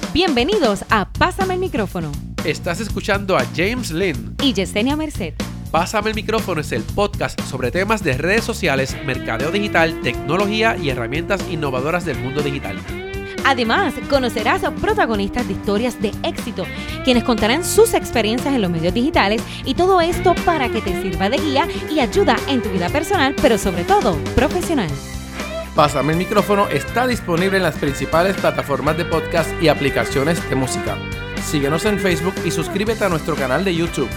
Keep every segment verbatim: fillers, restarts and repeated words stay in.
Bienvenidos a Pásame el Micrófono. Estás escuchando a James Lynn y Yesenia Merced. Pásame el Micrófono es el podcast sobre temas de redes sociales, mercadeo digital, tecnología y herramientas innovadoras del mundo digital. Además, conocerás a protagonistas de historias de éxito, quienes contarán sus experiencias en los medios digitales y todo esto para que te sirva de guía y ayuda en tu vida personal, pero sobre todo profesional. Pásame el Micrófono está disponible en las principales plataformas de podcast y aplicaciones de música. Síguenos en Facebook y suscríbete a nuestro canal de YouTube.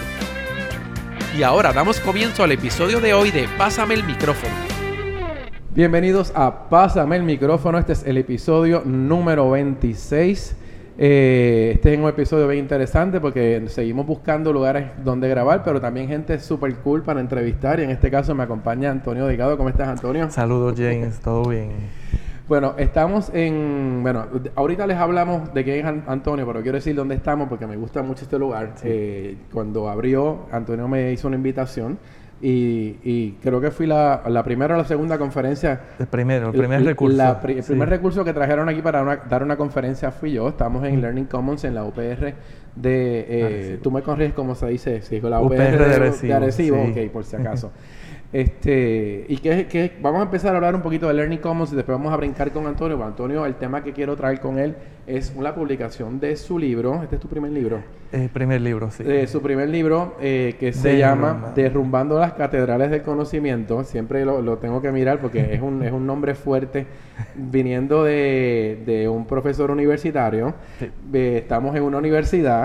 Y ahora damos comienzo al episodio de hoy de Pásame el Micrófono. Bienvenidos a Pásame el Micrófono. Este es el episodio número veintiséis. Eh, este es un episodio bien interesante porque seguimos buscando lugares donde grabar, pero también gente súper cool para entrevistar. Y en este caso me acompaña Antonio Delgado. ¿Cómo estás, Antonio? Saludos, James. ¿Todo bien? Bueno, estamos en... Bueno, ahorita les hablamos de quién es Antonio, pero quiero decir dónde estamos porque me gusta mucho este lugar. Sí. Eh, cuando abrió, Antonio me hizo una invitación. Y, y creo que fui la, la primera o la segunda conferencia. El primero, el primer recurso. La, el primer sí. recurso que trajeron aquí para una, dar una conferencia fui yo. Estamos en mm. Learning Commons en la U P R de... Eh, tú me corriges cómo se dice. Si dijo la U P R, U P R de, de Arecibo. De Arecibo. Sí. Ok, por si acaso. este Y que, que vamos a empezar a hablar un poquito de Learning Commons y después vamos a brincar con Antonio. Bueno, Antonio, el tema que quiero traer con él es la publicación de su libro. Este es tu primer libro. El primer libro, sí. Eh, su primer libro eh, que se llama Derrumbando las Catedrales del Conocimiento. Siempre lo, lo tengo que mirar porque es un, es un nombre fuerte viniendo de, de un profesor universitario. Sí. Eh, estamos en una universidad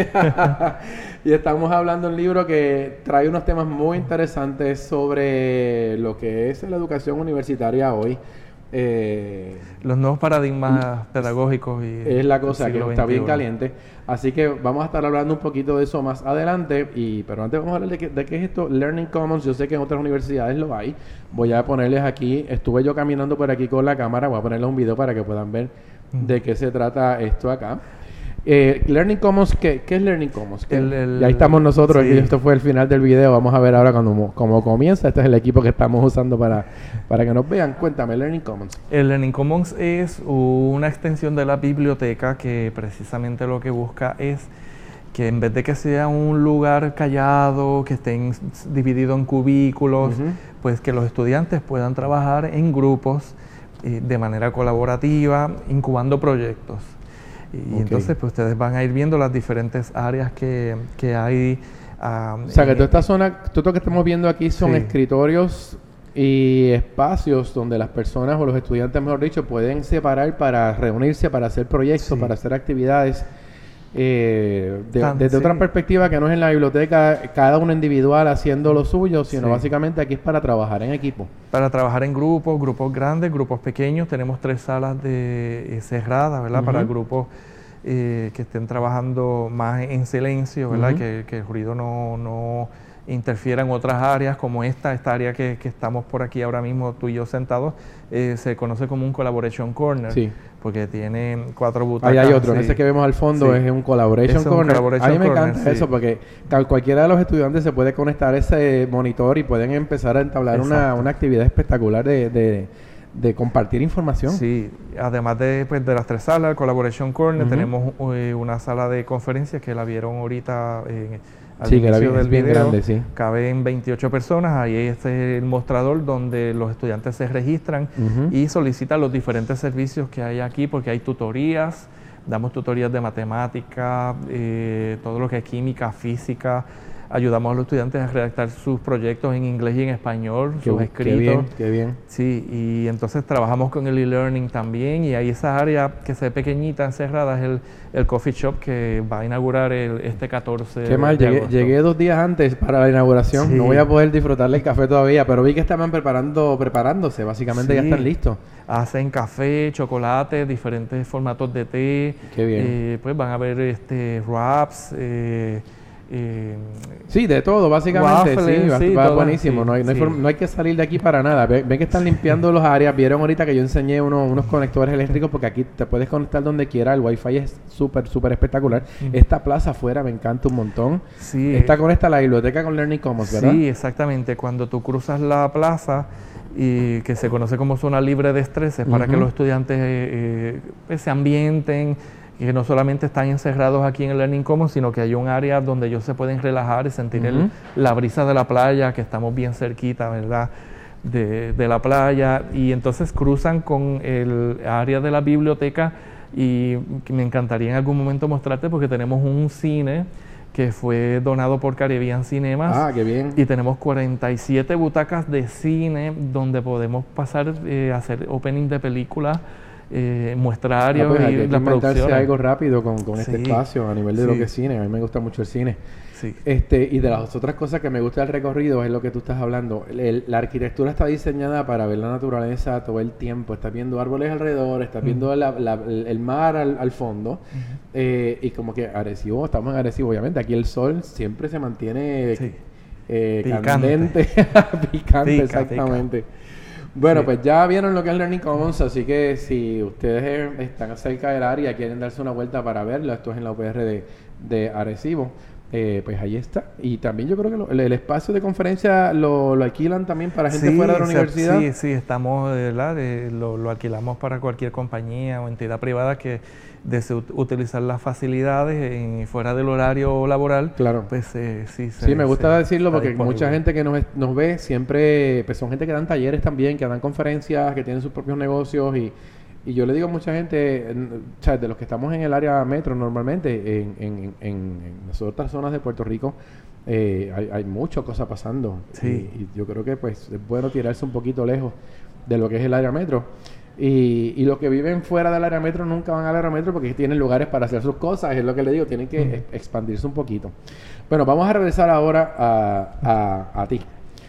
y estamos hablando de un libro que trae unos temas muy interesantes sobre lo que es la educación universitaria hoy. Eh, los nuevos paradigmas pedagógicos y es la cosa que está bien caliente, así que vamos a estar hablando un poquito de eso más adelante. Y pero antes vamos a hablar de, que, de qué es esto Learning Commons. Yo sé que en otras universidades lo hay. Voy a ponerles aquí, estuve yo caminando por aquí con la cámara, voy a ponerles un video para que puedan ver mm. de qué se trata esto acá. Eh, Learning Commons, ¿qué, ¿qué es Learning Commons? El, el, y ahí estamos nosotros, sí. Esto fue el final del video. Vamos a ver ahora cuando como comienza. Este es el equipo que estamos usando para, para que nos vean. Cuéntame, Learning Commons. El Learning Commons es una extensión de la biblioteca que precisamente lo que busca es que en vez de que sea un lugar callado, que estén divididos en cubículos, uh-huh. pues que los estudiantes puedan trabajar en grupos eh, de manera colaborativa, incubando proyectos. Y okay. entonces pues ustedes van a ir viendo las diferentes áreas que, que hay. Um, o sea, que toda esta zona, todo lo que estamos viendo aquí son sí. escritorios y espacios donde las personas o los estudiantes, mejor dicho, pueden separar para reunirse, para hacer proyectos, sí. para hacer actividades. Eh, de, Tan, desde sí. otra perspectiva que no es en la biblioteca cada uno individual haciendo lo suyo, sino sí. básicamente aquí es para trabajar en equipo. Para trabajar en grupos, grupos grandes, grupos pequeños. Tenemos tres salas de eh, cerradas, ¿verdad? Uh-huh. Para grupos eh, que estén trabajando más en silencio, ¿verdad? Uh-huh. que, que el ruido no, no interfiera en otras áreas como esta, esta área que, que estamos por aquí ahora mismo, tú y yo sentados, eh, se conoce como un Collaboration Corner, sí. porque tiene cuatro butacas. Ahí hay otro, sí. ese que vemos al fondo sí. es un Collaboration es un Corner. Collaboration a mí me corner, encanta sí. eso, porque cualquiera de los estudiantes se puede conectar a ese monitor y pueden empezar a entablar una, una actividad espectacular de, de, de compartir información. Sí, además de, pues, de las tres salas, el Collaboration Corner, uh-huh. tenemos eh, una sala de conferencias que la vieron ahorita en... Al sí, que la inicio es del bien video, grande, sí. Caben veintiocho personas. Ahí este es el mostrador donde los estudiantes se registran uh-huh. y solicitan los diferentes servicios que hay aquí, porque hay tutorías, damos tutorías de matemática, eh, todo lo que es química, física. Ayudamos a los estudiantes a redactar sus proyectos en inglés y en español, qué, sus escritos. Qué bien, qué bien. Sí, y entonces trabajamos con el e-learning también, y hay esa área que se ve pequeñita, encerrada, es el, el coffee shop que va a inaugurar el, este catorce Qué mal, de llegué, agosto. llegué dos días antes para la inauguración, sí. no voy a poder disfrutar del café todavía, pero vi que estaban preparando, preparándose, básicamente sí. ya están listos. Hacen café, chocolate, diferentes formatos de té. Qué bien. Eh, pues van a ver este wraps, eh, Eh, sí, de todo, básicamente. Waffles, sí, va, sí, va todo, buenísimo. Sí, no, hay, no, hay sí. forma, no hay que salir de aquí para nada. Ven, ven que están limpiando las áreas. Vieron ahorita que yo enseñé uno, unos conectores eléctricos porque aquí te puedes conectar donde quieras. El Wi-Fi es súper, súper espectacular. Mm. Esta plaza afuera me encanta un montón. Sí, Está conectada la biblioteca con Learning Commons, ¿verdad? Sí, exactamente. Cuando tú cruzas la plaza, y que se conoce como zona libre de estrés, es para uh-huh. que los estudiantes eh, eh, se ambienten, que no solamente están encerrados aquí en el Learning Commons, sino que hay un área donde ellos se pueden relajar y sentir uh-huh. el, la brisa de la playa, que estamos bien cerquita, ¿verdad?, de, de la playa, y entonces cruzan con el área de la biblioteca, y me encantaría en algún momento mostrarte, porque tenemos un cine que fue donado por Caribbean Cinemas. Ah, qué bien. Y tenemos cuarenta y siete butacas de cine donde podemos pasar eh, a hacer opening de películas, eh, muestrarios ah, pues, y hay que las producciones. algo rápido con, con este sí, espacio a nivel de sí. lo que es cine. A mí me gusta mucho el cine. Sí. Este, y de las otras cosas que me gusta del recorrido es lo que tú estás hablando. El, el, la arquitectura está diseñada para ver la naturaleza todo el tiempo. Estás viendo árboles alrededor, estás uh-huh. viendo la, la, el mar al, al fondo. Uh-huh. eh, y como que Arecibo, estamos en Arecibo, obviamente. Aquí el sol siempre se mantiene sí. eh, picante. candente. Picante, pica, exactamente. Pica. Bueno, sí. pues ya vieron lo que es Learning Commons, así que si ustedes eh, están cerca del área, quieren darse una vuelta para verlo, esto es en la U P R de, de Arecibo. Eh, pues ahí está. Y también yo creo que lo, el, el espacio de conferencia lo, lo alquilan también para gente sí, fuera de la se, universidad. Sí, sí, estamos, ¿verdad? Eh, lo, lo alquilamos para cualquier compañía o entidad privada que desee ut- utilizar las facilidades en, fuera del horario laboral. Claro. Pues eh, sí. Se, sí, me gusta se, decirlo porque disponible. Mucha gente que nos, nos ve siempre, pues son gente que dan talleres también, que dan conferencias, que tienen sus propios negocios y Y yo le digo a mucha gente, o sea, de los que estamos en el área metro normalmente, en, en, en, en las otras zonas de Puerto Rico, eh, hay, hay muchas cosas pasando. Sí. Y, y yo creo que pues es bueno tirarse un poquito lejos de lo que es el área metro. Y, y los que viven fuera del área metro nunca van al área metro porque tienen lugares para hacer sus cosas. Es lo que le digo, tienen que uh-huh. ex- expandirse un poquito. Bueno, vamos a regresar ahora a, a, a ti.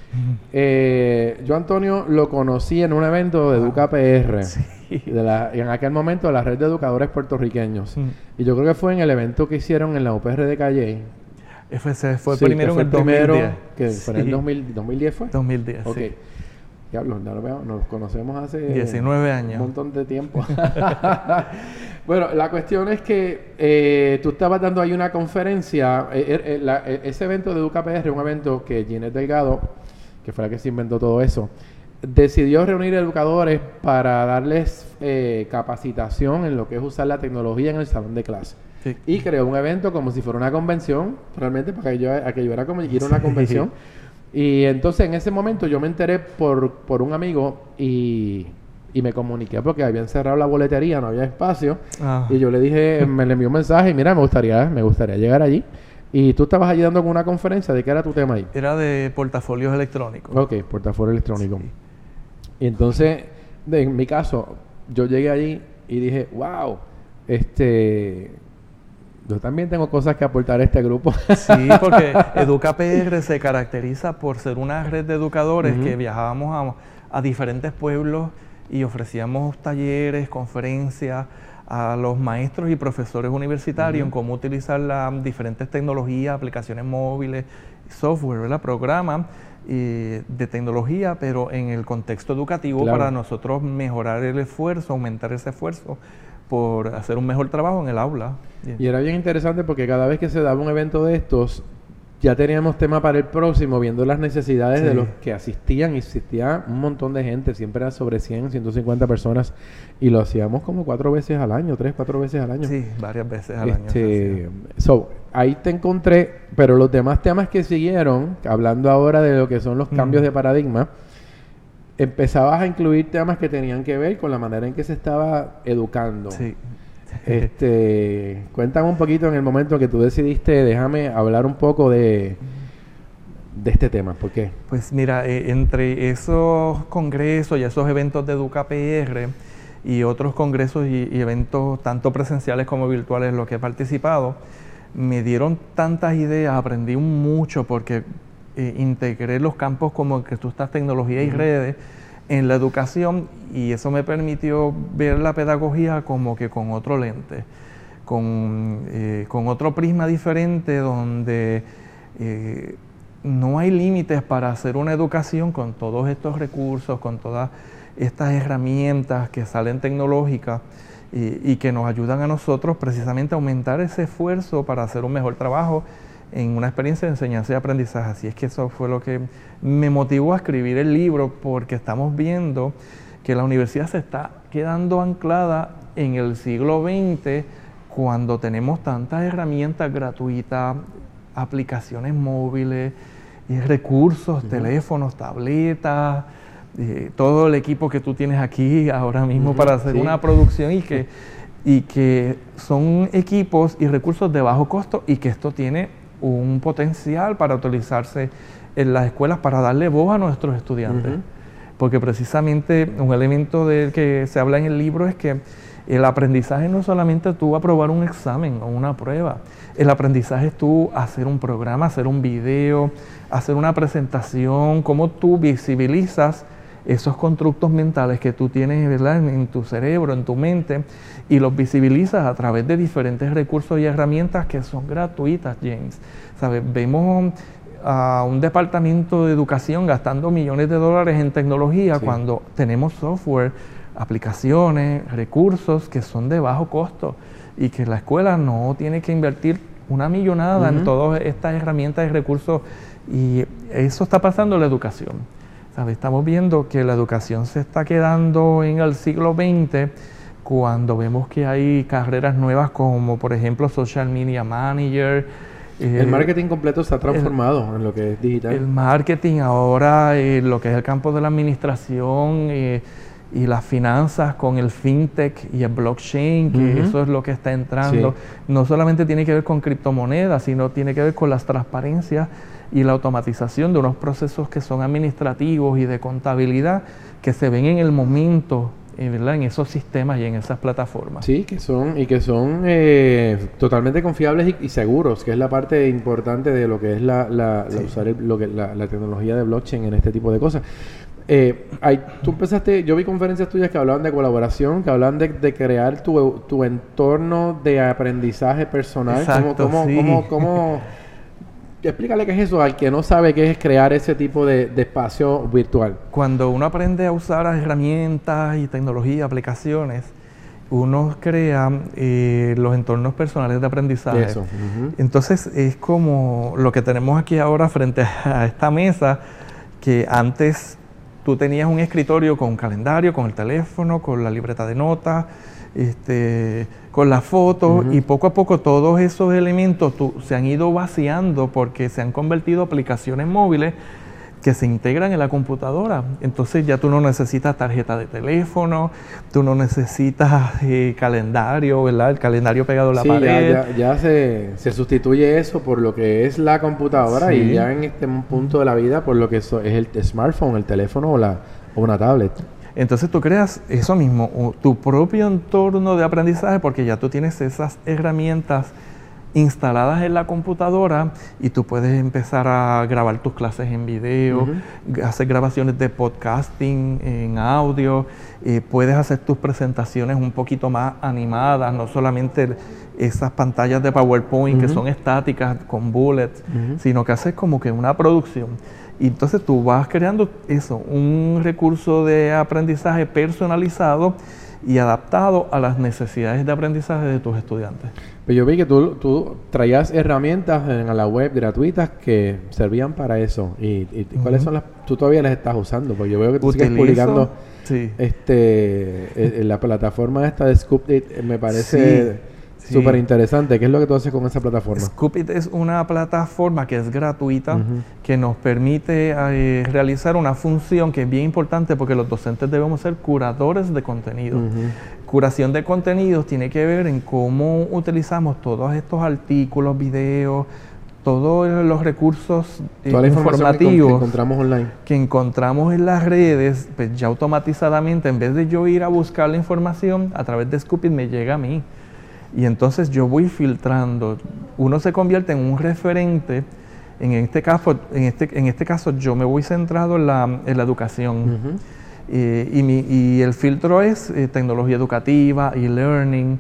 Eh, yo Antonio lo conocí en un evento de Educa P R, sí. de la, en aquel momento de la red de educadores puertorriqueños, mm. y yo creo que fue en el evento que hicieron en la U P R de Calle. F C fue sí, primero fue en el primero, dos mil diez. Que sí. fue en el dos mil, dos mil diez fue. dos mil diez, okay. sí. Diablo, no lo veo, nos conocemos hace diecinueve años. Un montón de tiempo. Bueno, la cuestión es que eh, tú estabas dando ahí una conferencia. Eh, eh, la, eh, ese evento de Educa P R es un evento que Ginette Delgado, que fue la que se inventó todo eso, decidió reunir educadores para darles eh, capacitación en lo que es usar la tecnología en el salón de clase. Sí. Y creó un evento como si fuera una convención, realmente, para que yo, a que yo era como ir a una sí. convención. Y entonces en ese momento yo me enteré por, por un amigo y, y me comuniqué porque habían cerrado la boletería, no había espacio. Ah. Y yo le dije, me le envió un mensaje, mira, me gustaría, me gustaría llegar allí. Y tú estabas allí dando una conferencia, ¿de qué era tu tema ahí? Era de portafolios electrónicos. Ok, portafolio electrónico. Sí. Y entonces, de, en mi caso, yo llegué allí y dije, wow, este... yo también tengo cosas que aportar a este grupo. Sí, porque Educa P R se caracteriza por ser una red de educadores uh-huh. que viajábamos a, a diferentes pueblos y ofrecíamos talleres, conferencias a los maestros y profesores universitarios uh-huh. en cómo utilizar las diferentes tecnologías, aplicaciones móviles, software, ¿verdad? Programas eh, de tecnología, pero en el contexto educativo claro. para nosotros mejorar el esfuerzo, aumentar ese esfuerzo por hacer un mejor trabajo en el aula. Bien. Y era bien interesante porque cada vez que se daba un evento de estos, ya teníamos tema para el próximo, viendo las necesidades sí. de los que asistían, y asistía un montón de gente, siempre eran sobre cien, ciento cincuenta personas, y lo hacíamos como cuatro veces al año, tres, cuatro veces al año. Sí, varias veces al este, año. So, ahí te encontré, pero los demás temas que siguieron, hablando ahora de lo que son los mm. cambios de paradigma, empezabas a incluir temas que tenían que ver con la manera en que se estaba educando. Sí. Este, cuéntame un poquito en el momento en que tú decidiste, déjame hablar un poco de, de este tema. ¿Por qué? Pues mira, eh, entre esos congresos y esos eventos de Educa P R y otros congresos y, y eventos tanto presenciales como virtuales en los que he participado, me dieron tantas ideas, aprendí mucho porque eh, integré los campos como que tú estás tecnología y uh-huh. redes en la educación, y eso me permitió ver la pedagogía como que con otro lente, con, eh, con otro prisma diferente, donde eh, no hay límites para hacer una educación con todos estos recursos, con todas estas herramientas que salen tecnológicas y, y que nos ayudan a nosotros precisamente a aumentar ese esfuerzo para hacer un mejor trabajo en una experiencia de enseñanza y aprendizaje. Así es que eso fue lo que me motivó a escribir el libro, porque estamos viendo que la universidad se está quedando anclada en el siglo veinte cuando tenemos tantas herramientas gratuitas, aplicaciones móviles, y recursos, uh-huh. teléfonos, tabletas, eh, todo el equipo que tú tienes aquí ahora mismo uh-huh. para hacer sí. una producción y que, y que son equipos y recursos de bajo costo y que esto tiene un potencial para utilizarse en las escuelas para darle voz a nuestros estudiantes. Uh-huh. Porque precisamente un elemento del que se habla en el libro es que el aprendizaje no es solamente tú aprobar un examen o una prueba. El aprendizaje es tú hacer un programa, hacer un video, hacer una presentación, cómo tú visibilizas esos constructos mentales que tú tienes, ¿verdad?, en, en tu cerebro, en tu mente, y los visibilizas a través de diferentes recursos y herramientas que son gratuitas, James. ¿Sabes? Vemos a un departamento de educación gastando millones de dólares en tecnología sí. cuando tenemos software, aplicaciones, recursos que son de bajo costo y que la escuela no tiene que invertir una millonada uh-huh. en todas estas herramientas y recursos, y eso está pasando en la educación. ¿Sabes? Estamos viendo que la educación se está quedando en el siglo veinte cuando vemos que hay carreras nuevas como por ejemplo Social Media Manager. El eh, marketing completo se ha transformado el, en lo que es digital. El marketing ahora, eh, lo que es el campo de la administración, eh, y las finanzas con el fintech y el blockchain, que uh-huh. eso es lo que está entrando. Sí. No solamente tiene que ver con criptomonedas, sino tiene que ver con las transparencias y la automatización de unos procesos que son administrativos y de contabilidad que se ven en el momento, eh, ¿verdad?, en esos sistemas y en esas plataformas. Sí, que son y que son eh, totalmente confiables y, y seguros, que es la parte importante de lo que es la, la, sí. la usar el, lo que, la, la tecnología de blockchain en este tipo de cosas. Eh, hay, tú empezaste, yo vi conferencias tuyas que hablaban de colaboración, que hablaban de, de crear tu, tu entorno de aprendizaje personal. Exacto, ¿Cómo, cómo, sí. cómo, cómo, explícale qué es eso al que no sabe qué es crear ese tipo de, de espacio virtual. Cuando uno aprende a usar herramientas y tecnología, aplicaciones, uno crea eh, los entornos personales de aprendizaje. Eso. Uh-huh. Entonces es como lo que tenemos aquí ahora frente a esta mesa, que antes tú tenías un escritorio con un calendario, con el teléfono, con la libreta de notas, este, con las fotos, uh-huh. y poco a poco todos esos elementos tú, se han ido vaciando porque se han convertido en aplicaciones móviles que se integran en la computadora. Entonces ya tú no necesitas tarjeta de teléfono, tú no necesitas eh, calendario, ¿verdad? El calendario pegado a la sí, pared. Ya, ya, ya se, se sustituye eso por lo que es la computadora, sí. y ya en este punto de la vida por lo que so, es el smartphone, el teléfono o, la, o una tablet. Entonces tú creas eso mismo, tu propio entorno de aprendizaje, porque ya tú tienes esas herramientas instaladas en la computadora y tú puedes empezar a grabar tus clases en video, uh-huh. hacer grabaciones de podcasting en audio, eh, puedes hacer tus presentaciones un poquito más animadas, no solamente esas pantallas de PowerPoint uh-huh. que son estáticas con bullets, uh-huh. sino que haces como que una producción. Y entonces tú vas creando eso, un recurso de aprendizaje personalizado y adaptado a las necesidades de aprendizaje de tus estudiantes. Pero yo vi que tú, tú traías herramientas en la web gratuitas que servían para eso. ¿Y, y uh-huh. cuáles son las? Tú todavía las estás usando, porque yo veo que tú Utilizo, sigues publicando sí. este, en la plataforma esta de Scoopit, me parece... Sí. Sí. Súper interesante. ¿Qué es lo que tú haces con esa plataforma? Scoopit es una plataforma que es gratuita, uh-huh. que nos permite eh, realizar una función que es bien importante porque los docentes debemos ser curadores de contenido. Uh-huh. Curación de contenidos tiene que ver en cómo utilizamos todos estos artículos, videos, todos los recursos eh, Toda la informativos que encontramos online. que encontramos en las redes, pues ya automatizadamente, en vez de yo ir a buscar la información, a través de Scoopit me llega a mí. Y entonces yo voy filtrando. Uno se convierte en un referente. En este caso, en este, en este caso yo me voy centrado en la, en la educación. Uh-huh. eh, y, mi, y el filtro es eh, tecnología educativa, e-learning.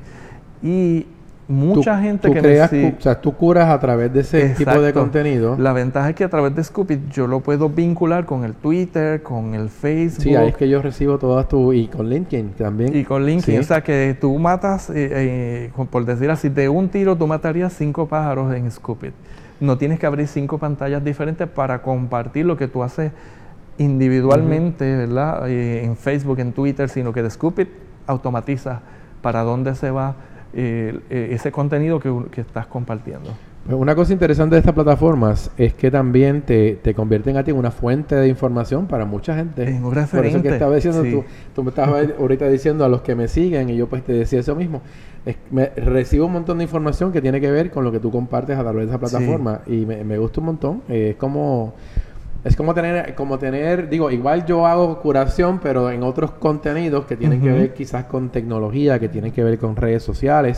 Y mucha tú, gente tú que creas, me cu- O sea, tú curas a través de ese Exacto. tipo de contenido. La ventaja es que a través de Scoopit yo lo puedo vincular con el Twitter, con el Facebook. Sí, ahí es que yo recibo todas tus... Y con LinkedIn también. Y con LinkedIn. Sí. O sea, que tú matas, eh, eh, por decir así, de un tiro tú matarías cinco pájaros en Scoopit. No tienes que abrir cinco pantallas diferentes para compartir lo que tú haces individualmente, uh-huh. ¿verdad? Eh, en Facebook, en Twitter, sino que de Scoopit automatiza para dónde se va eh, eh, ese contenido que, que estás compartiendo. Pues una cosa interesante de estas plataformas es que también te, te convierten a ti en una fuente de información para mucha gente. Es un referente. Por eso que estaba diciendo, sí. tú, tú me estabas ahorita diciendo a los que me siguen, y yo pues te decía eso mismo. Es, me, recibo un montón de información que tiene que ver con lo que tú compartes a través de esa plataforma, sí. y me, me gusta un montón. Eh, es como... Es como tener, como tener, digo, igual yo hago curación, pero en otros contenidos que tienen uh-huh. que ver quizás con tecnología, que tienen que ver con redes sociales.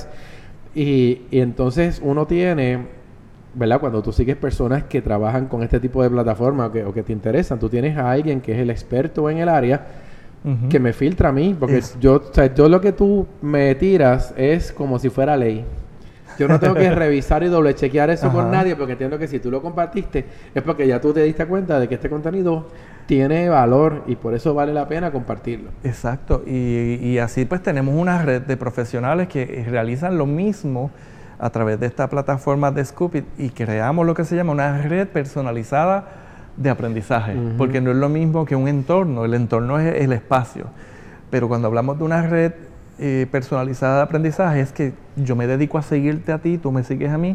Y, y entonces uno tiene, ¿verdad? Cuando tú sigues personas que trabajan con este tipo de plataformas o que, o que te interesan, tú tienes a alguien que es el experto en el área uh-huh. que me filtra a mí. Porque es. yo, o sea, yo lo que tú me tiras es como si fuera ley. Yo no tengo que revisar y doble chequear eso Ajá. con nadie, porque entiendo que si tú lo compartiste es porque ya tú te diste cuenta de que este contenido tiene valor y por eso vale la pena compartirlo. Exacto. Y, y así pues tenemos una red de profesionales que realizan lo mismo a través de esta plataforma de Scoop y creamos lo que se llama una red personalizada de aprendizaje, uh-huh. porque no es lo mismo que un entorno. El entorno es el espacio. Pero cuando hablamos de una red Eh, personalizada de aprendizaje es que yo me dedico a seguirte a ti, tú me sigues a mí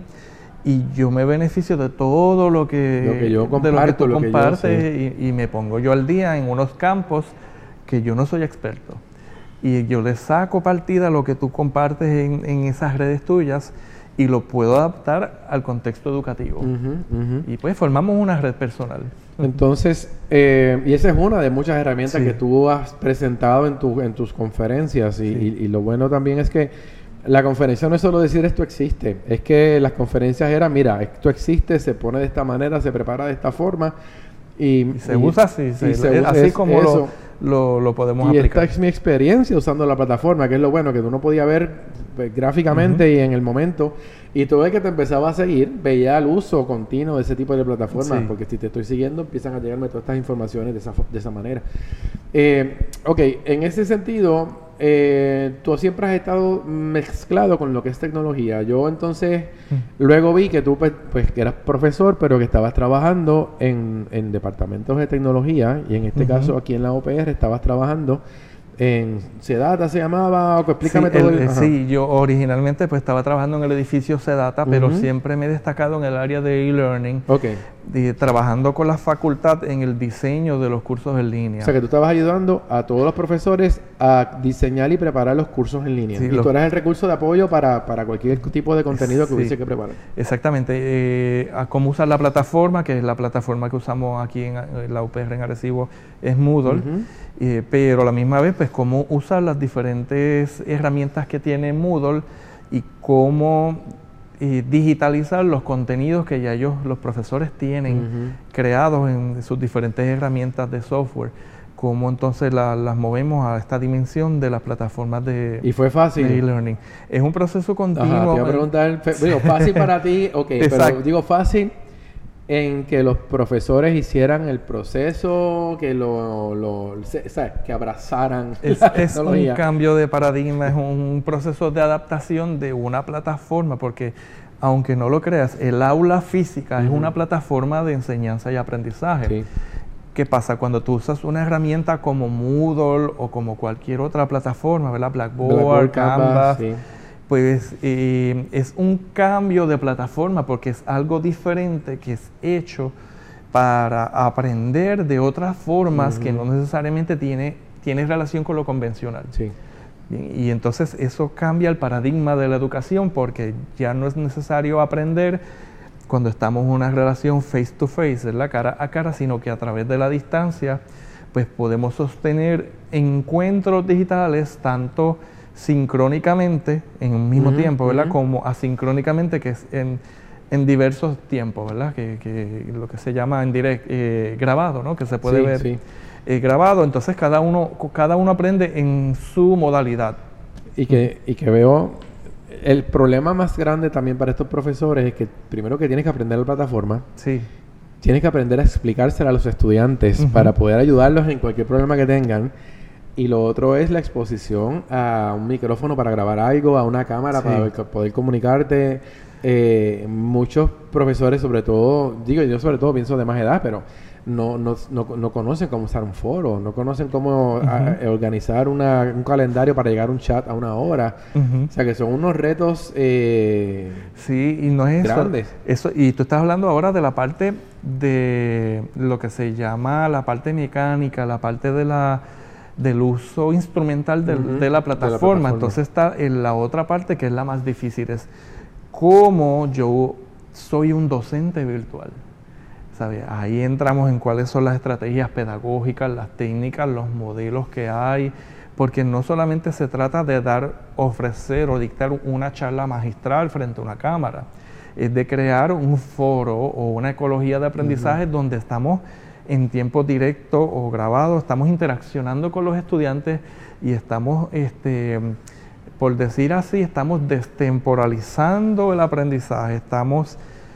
y yo me beneficio de todo lo que, lo que yo comparto, de lo que tú lo compartes que yo, sí. y, y me pongo yo al día en unos campos que yo no soy experto y yo le saco partida a lo que tú compartes en, en esas redes tuyas y lo puedo adaptar al contexto educativo uh-huh, uh-huh. y pues formamos una red personal. Entonces, eh, y esa es una de muchas herramientas sí. que tú has presentado en, tu, en tus conferencias y, sí. y, y lo bueno también es que la conferencia no es solo decir esto existe, es que las conferencias eran, mira, esto existe, se pone de esta manera, se prepara de esta forma y, y se y, usa así, se, se es, así es, como lo, lo, lo podemos y aplicar. Y esta es mi experiencia usando la plataforma, que es lo bueno, que tú no podías ver pues, gráficamente uh-huh. y en el momento. Y todo el que te empezaba a seguir veía el uso continuo de ese tipo de plataformas, sí. porque si te estoy siguiendo empiezan a llegarme todas estas informaciones de esa, de esa manera. Eh, ok, en ese sentido, eh, tú siempre has estado mezclado con lo que es tecnología. Yo entonces mm. luego vi que tú pues, pues que eras profesor, pero que estabas trabajando en, en departamentos de tecnología y en este uh-huh. caso aquí en la O P R estabas trabajando en SEDATA se llamaba, o explícame sí, todo. El, el, sí, yo originalmente pues estaba trabajando en el edificio SEDATA, uh-huh. pero siempre me he destacado en el área de e-learning, okay. de, trabajando con la facultad en el diseño de los cursos en línea. O sea que tú estabas ayudando a todos los profesores a diseñar y preparar los cursos en línea. Sí, y los... tú eras el recurso de apoyo para, para cualquier tipo de contenido que sí. hubiese que preparar. Exactamente. Eh, a cómo usar la plataforma, que es la plataforma que usamos aquí en, en la U P R en Arecibo, es Moodle. Uh-huh. Eh, pero a la misma vez, pues, cómo usar las diferentes herramientas que tiene Moodle y cómo eh, digitalizar los contenidos que ya ellos, los profesores, tienen uh-huh. creados en sus diferentes herramientas de software. Cómo entonces la, las movemos a esta dimensión de las plataformas de ¿Y fue fácil? de e-learning. Es un proceso continuo. Ajá, te iba a preguntar, digo, fácil para ti, ok, pero digo fácil en que los profesores hicieran el proceso, que lo, lo se, ¿sabes? Que abrazaran es, la es tecnología. Un cambio de paradigma, es un proceso de adaptación de una plataforma, porque aunque no lo creas, el aula física uh-huh. es una plataforma de enseñanza y aprendizaje. Sí. ¿Qué pasa? Cuando tú usas una herramienta como Moodle o como cualquier otra plataforma, ¿verdad? Blackboard, Blackboard Canvas, Canvas sí. pues eh, es un cambio de plataforma porque es algo diferente que es hecho para aprender de otras formas uh-huh. que no necesariamente tiene, tiene relación con lo convencional. Sí. Bien, y entonces eso cambia el paradigma de la educación porque ya no es necesario aprender cuando estamos en una relación face to face, ¿verdad? Cara a cara, sino que a través de la distancia pues podemos sostener encuentros digitales tanto sincrónicamente en un mismo uh-huh, tiempo, ¿verdad? Uh-huh. Como asincrónicamente, que es en, en diversos tiempos, ¿verdad? Que, que lo que se llama en direct, eh, grabado, ¿no? Que se puede sí, ver sí. Eh, grabado. Entonces cada uno, cada uno aprende en su modalidad. Y que, y que veo, el problema más grande también para estos profesores es que primero que tienes que aprender la plataforma. Sí. Tienes que aprender a explicársela a los estudiantes uh-huh. para poder ayudarlos en cualquier problema que tengan. Y lo otro es la exposición a un micrófono para grabar algo, a una cámara sí. para poder comunicarte. Eh, muchos profesores, sobre todo, digo yo sobre todo pienso de más edad, pero no, no, no, no conocen cómo usar un foro, no conocen cómo uh-huh. a, a organizar una, un calendario para llegar a un chat a una hora. Uh-huh. O sea, que son unos retos eh, sí, y no es grandes. Eso, eso, y tú estás hablando ahora de la parte de lo que se llama la parte mecánica, la parte de la del uso instrumental de, uh-huh. de, la plataforma. de la plataforma. Entonces está en la otra parte que es la más difícil, es cómo yo soy un docente virtual. ¿Sabe? Ahí entramos en cuáles son las estrategias pedagógicas, las técnicas, los modelos que hay, porque no solamente se trata de dar, ofrecer o dictar una charla magistral frente a una cámara, es de crear un foro o una ecología de aprendizaje uh-huh. donde estamos en tiempo directo o grabado, estamos interaccionando con los estudiantes y estamos, este, por decir así, estamos destemporalizando el aprendizaje, estamos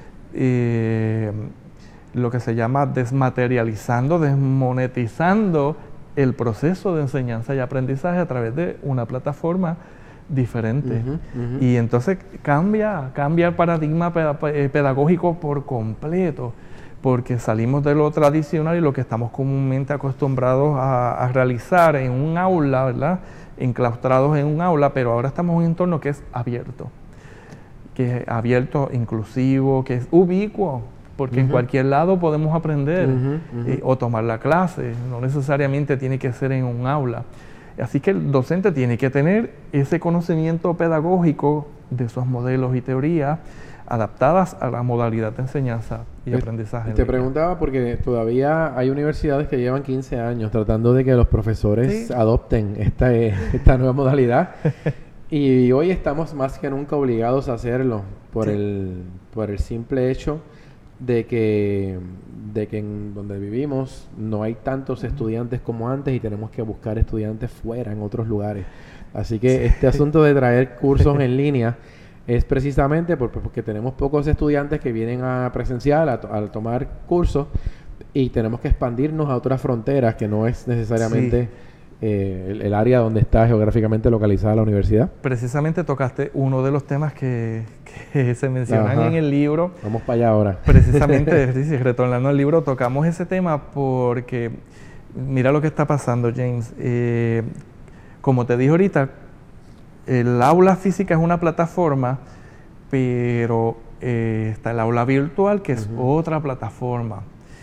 eh, lo que se llama desmaterializando, desmonetizando el proceso de enseñanza y aprendizaje a través de una plataforma diferente. Uh-huh, uh-huh. Y entonces cambia, cambia el paradigma pedagógico por completo, porque salimos de lo tradicional y lo que estamos comúnmente acostumbrados a, a realizar en un aula, ¿verdad? Enclaustrados en un aula, pero ahora estamos en un entorno que es abierto, que es abierto, inclusivo, que es ubicuo, porque uh-huh. en cualquier lado podemos aprender uh-huh, uh-huh. Eh, o tomar la clase, no necesariamente tiene que ser en un aula. Así que el docente tiene que tener ese conocimiento pedagógico de esos modelos y teorías adaptadas a la modalidad de enseñanza y te, aprendizaje. Te preguntaba porque todavía hay universidades que llevan quince años tratando de que los profesores sí. adopten esta, esta nueva modalidad y hoy estamos más que nunca obligados a hacerlo por, sí. el, por el simple hecho de que, de que en donde vivimos no hay tantos uh-huh. estudiantes como antes y tenemos que buscar estudiantes fuera, en otros lugares. Así que sí. este asunto de traer cursos en línea es precisamente porque, porque tenemos pocos estudiantes que vienen a presencial, a, to- a tomar cursos, y tenemos que expandirnos a otras fronteras que no es necesariamente sí. eh, el, el área donde está geográficamente localizada la universidad. Precisamente tocaste uno de los temas que, que se mencionan Ajá. en el libro. Vamos para allá ahora. Precisamente, sí, retornando al libro, tocamos ese tema porque mira lo que está pasando, James. Eh, como te dije ahorita, el aula física es una plataforma, pero eh, está el aula virtual, que es uh-huh. otra plataforma.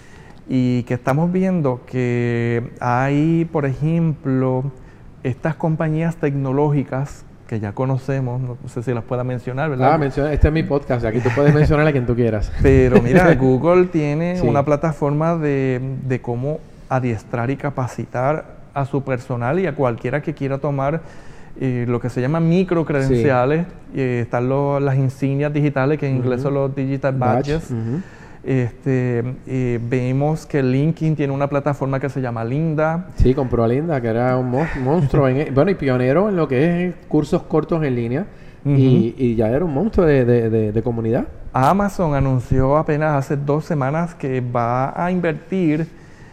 Y que estamos viendo que hay, por ejemplo, estas compañías tecnológicas que ya conocemos, no sé si las pueda mencionar, ¿verdad? Ah, menciona, este es mi podcast, aquí tú puedes mencionar a quien tú quieras. Pero mira, Google tiene sí. una plataforma de, de cómo adiestrar y capacitar a su personal y a cualquiera que quiera tomar eh, lo que se llama microcredenciales. Sí. Eh, están los, las insignias digitales, que en uh-huh. inglés son los digital badges. Badge. Uh-huh. Este, eh, vemos que LinkedIn tiene una plataforma que se llama Linda. Sí, compró a Linda, que era un monstruo, en, bueno, y pionero en lo que es cursos cortos en línea, uh-huh. y, y ya era un monstruo de, de, de, de comunidad. Amazon anunció apenas hace dos semanas que va a invertir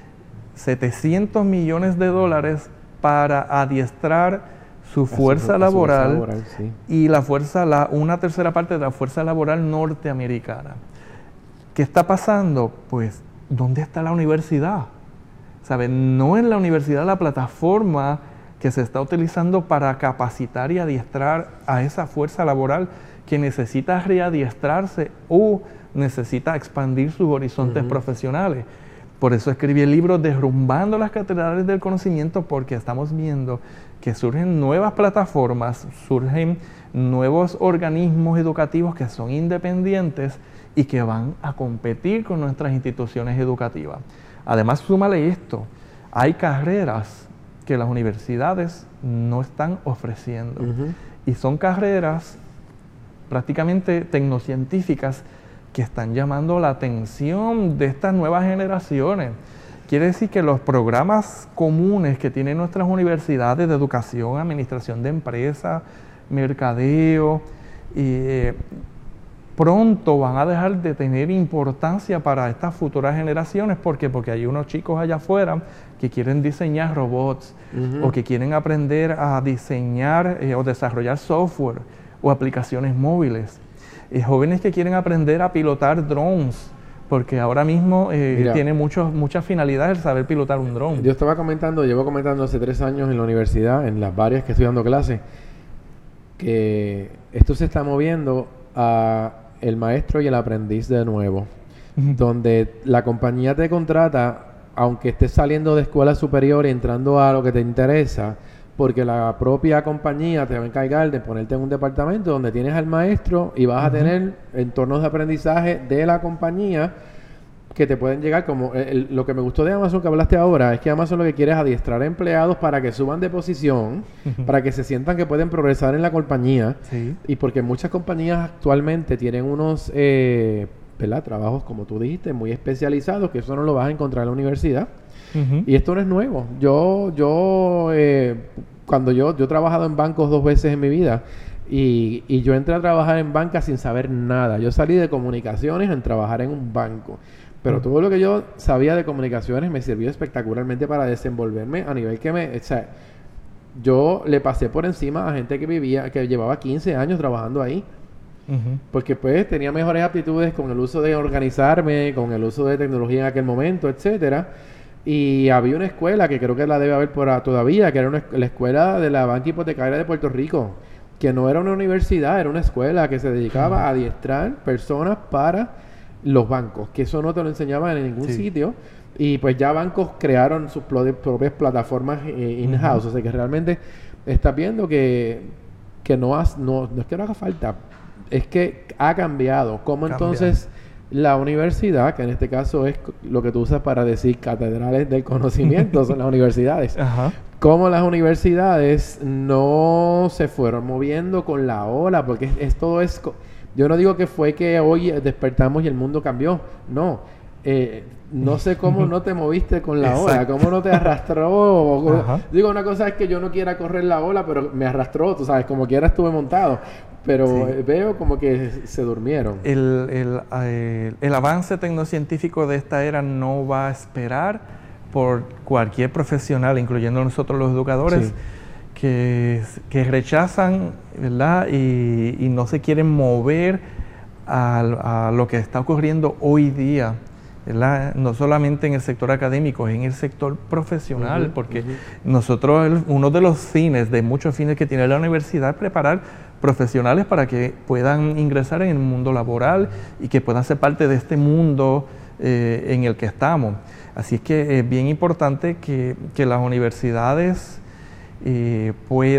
setecientos millones de dólares para adiestrar su fuerza su, laboral, su laboral sí. y la fuerza, la, una tercera parte de la fuerza laboral norteamericana. ¿Qué está pasando? Pues, ¿dónde está la universidad? ¿Saben? No en la universidad la plataforma que se está utilizando para capacitar y adiestrar a esa fuerza laboral que necesita readiestrarse o necesita expandir sus horizontes uh-huh. profesionales. Por eso escribí el libro Derrumbando las catedrales del conocimiento, porque estamos viendo que surgen nuevas plataformas, surgen nuevos organismos educativos que son independientes y que van a competir con nuestras instituciones educativas. Además, súmale esto, hay carreras que las universidades no están ofreciendo. Uh-huh. Y son carreras prácticamente tecnocientíficas que están llamando la atención de estas nuevas generaciones. Quiere decir que los programas comunes que tienen nuestras universidades de educación, administración de empresas, mercadeo, eh, pronto van a dejar de tener importancia para estas futuras generaciones. ¿Por qué? Porque hay unos chicos allá afuera que quieren diseñar robots uh-huh. o que quieren aprender a diseñar eh, o desarrollar software o aplicaciones móviles. Eh, jóvenes que quieren aprender a pilotar drones porque ahora mismo eh, Mira, tiene muchos, muchas finalidades el saber pilotar un dron. Yo estaba comentando, llevo comentando hace tres años en la universidad, en las varias que estoy dando clases, que esto se está moviendo a el maestro y el aprendiz de nuevo, uh-huh. donde la compañía te contrata, aunque estés saliendo de escuela superior y entrando a lo que te interesa, porque la propia compañía te va a encargar de ponerte en un departamento donde tienes al maestro y vas uh-huh. a tener entornos de aprendizaje de la compañía que te pueden llegar como... El, el, lo que me gustó de Amazon que hablaste ahora es que Amazon lo que quiere es adiestrar a empleados para que suban de posición, uh-huh. para que se sientan que pueden progresar en la compañía. Sí. Y porque muchas compañías actualmente tienen unos eh, ¿verdad? trabajos, como tú dijiste, muy especializados, que eso no lo vas a encontrar en la universidad. Uh-huh. Y esto no es nuevo. Yo, yo, eh, cuando yo, yo he trabajado en bancos dos veces en mi vida y, y yo entré a trabajar en banca sin saber nada. Yo salí de comunicaciones en trabajar en un banco. Pero uh-huh. todo lo que yo sabía de comunicaciones me sirvió espectacularmente para desenvolverme a nivel que me... O sea, yo le pasé por encima a gente que vivía, que llevaba quince años trabajando ahí. Uh-huh. Porque pues tenía mejores aptitudes con el uso de organizarme, con el uso de tecnología en aquel momento, etcétera. Y había una escuela que creo que la debe haber por a, todavía, que era una, la escuela de la Banca Hipotecaria de Puerto Rico, que no era una universidad, era una escuela que se dedicaba uh-huh. a adiestrar personas para los bancos, que eso no te lo enseñaban en ningún sí. sitio. Y pues ya bancos crearon sus pl- propias plataformas eh, in-house, uh-huh. o sea que realmente estás viendo que, que no, has, no, no es que no haga falta, es que ha cambiado. ¿Cómo Cambia. entonces la universidad, que en este caso es lo que tú usas para decir catedrales del conocimiento, son las universidades, uh-huh. cómo las universidades no se fueron moviendo con la ola? Porque es, es todo es... Yo no digo que fue que hoy despertamos y el mundo cambió, no. Eh, no sé cómo no te moviste con la ola, cómo no te arrastró. Ajá. Digo, una cosa es que yo no quiera correr la ola, pero me arrastró, tú sabes, como quiera estuve montado. Pero sí. eh, veo como que se durmieron. El, el, eh, el avance tecnocientífico de esta era no va a esperar por cualquier profesional, incluyendo nosotros los educadores, sí. que, que rechazan, ¿verdad? Y, y no se quieren mover a, a lo que está ocurriendo hoy día, ¿verdad? No solamente en el sector académico, en el sector profesional, uh-huh, porque uh-huh. nosotros, el, uno de los fines, de muchos fines que tiene la universidad, es preparar profesionales para que puedan ingresar en el mundo laboral y que puedan ser parte de este mundo eh, en el que estamos. Así es que es bien importante que, que las universidades eh,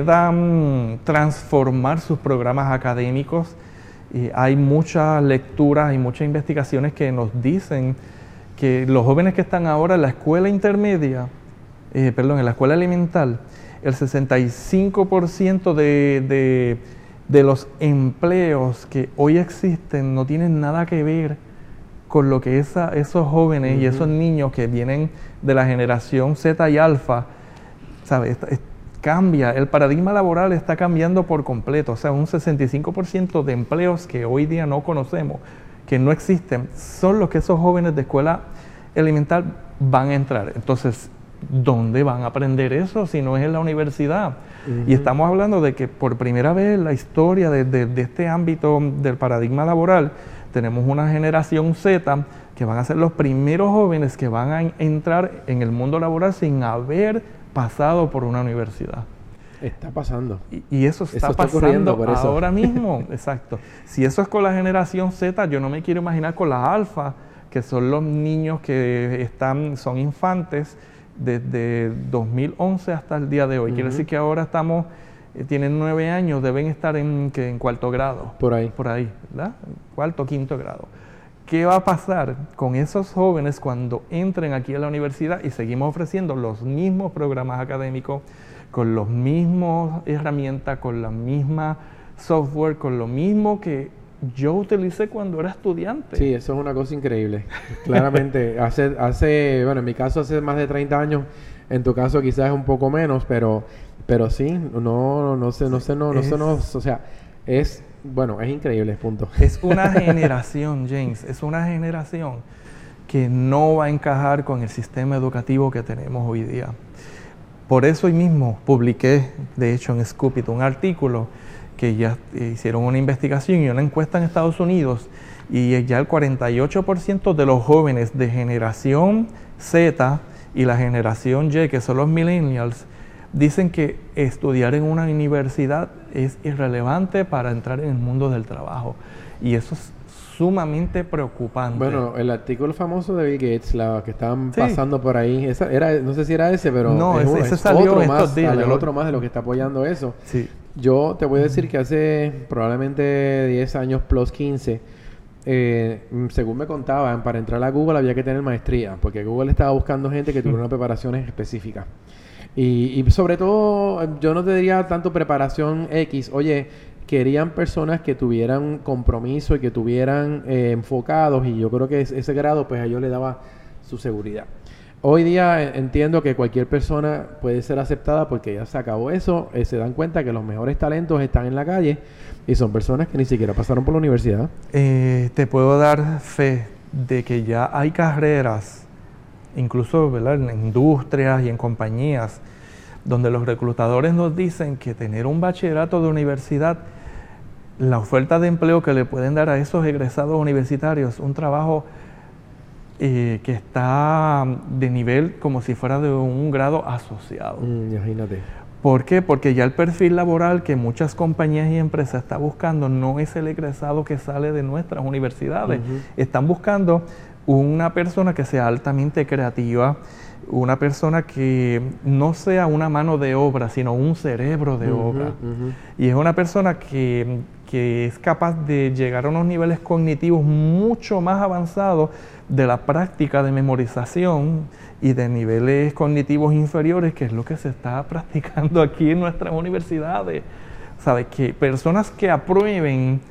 puedan transformar sus programas académicos. Eh, hay muchas lecturas y muchas investigaciones que nos dicen que los jóvenes que están ahora en la escuela intermedia, eh, perdón, en la escuela elemental, el sesenta y cinco por ciento de, de, de los empleos que hoy existen no tienen nada que ver con lo que esa, esos jóvenes uh-huh. y esos niños que vienen de la generación Z y Alfa, ¿sabes? Es, cambia, el paradigma laboral está cambiando por completo. O sea, un sesenta y cinco por ciento de empleos que hoy día no conocemos, que no existen, son los que esos jóvenes de escuela elemental van a entrar. Entonces, ¿dónde van a aprender eso si no es en la universidad? Uh-huh. Y estamos hablando de que por primera vez en la historia de, de, de este ámbito del paradigma laboral, tenemos una generación Z que van a ser los primeros jóvenes que van a entrar en el mundo laboral sin haber pasado por una universidad. Está pasando. Y, y eso está, está pasando por eso. Ahora mismo. Exacto. Si eso es con la generación Z, yo no me quiero imaginar con la alfa, que son los niños que están, son infantes desde dos mil once hasta el día de hoy. Uh-huh. Quiere decir que ahora estamos, eh, tienen nueve años, deben estar en, que, en cuarto grado. Por ahí. Por ahí, ¿verdad? Cuarto, quinto grado. ¿Qué va a pasar con esos jóvenes cuando entren aquí a la universidad y seguimos ofreciendo los mismos programas académicos, con las mismas herramientas, con la misma software, con lo mismo que yo utilicé cuando era estudiante? Sí, eso es una cosa increíble. Claramente, hace, hace, bueno, en mi caso hace más de treinta años, en tu caso quizás es un poco menos, pero, pero sí, no, no sé, no sé, no, no sé, no, o sea, es... Bueno, es increíble, punto. Es una generación, James, es una generación que no va a encajar con el sistema educativo que tenemos hoy día. Por eso hoy mismo publiqué, de hecho en Scoop It, un artículo que ya hicieron una investigación y una encuesta en Estados Unidos, y ya el cuarenta y ocho por ciento de los jóvenes de generación Z y la generación Y, que son los millennials, dicen que estudiar en una universidad es irrelevante para entrar en el mundo del trabajo. Y eso es sumamente preocupante. Bueno, el artículo famoso de Bill Gates, la que estaban sí. pasando por ahí, esa era, no sé si era ese, pero no, es, ese, es ese salió otro estos más, días. el Yo... otro más de lo que está apoyando eso. Sí. Yo te voy a decir que hace probablemente diez años plus quince, eh, según me contaban, para entrar a Google había que tener maestría, porque Google estaba buscando gente que tuviera unas preparaciones específicas. Y, y sobre todo, yo no te diría tanto preparación X, oye, querían personas que tuvieran compromiso y que tuvieran eh, enfocados, y yo creo que es, ese grado pues a ellos le daba su seguridad. Hoy día eh, entiendo que cualquier persona puede ser aceptada porque ya se acabó eso, eh, se dan cuenta que los mejores talentos están en la calle y son personas que ni siquiera pasaron por la universidad. Eh, te puedo dar fe de que ya hay carreras, incluso, ¿verdad?, en industrias y en compañías, donde los reclutadores nos dicen que tener un bachillerato de universidad, la oferta de empleo que le pueden dar a esos egresados universitarios, un trabajo eh, que está de nivel como si fuera de un grado asociado. Mm, imagínate. ¿Por qué? Porque ya el perfil laboral que muchas compañías y empresas están buscando no es el egresado que sale de nuestras universidades. Uh-huh. Están buscando una persona que sea altamente creativa, una persona que no sea una mano de obra, sino un cerebro de uh-huh, obra. Uh-huh. Y es una persona que, que es capaz de llegar a unos niveles cognitivos mucho más avanzados de la práctica de memorización y de niveles cognitivos inferiores, que es lo que se está practicando aquí en nuestras universidades. ¿Sabes? Que personas que aprueben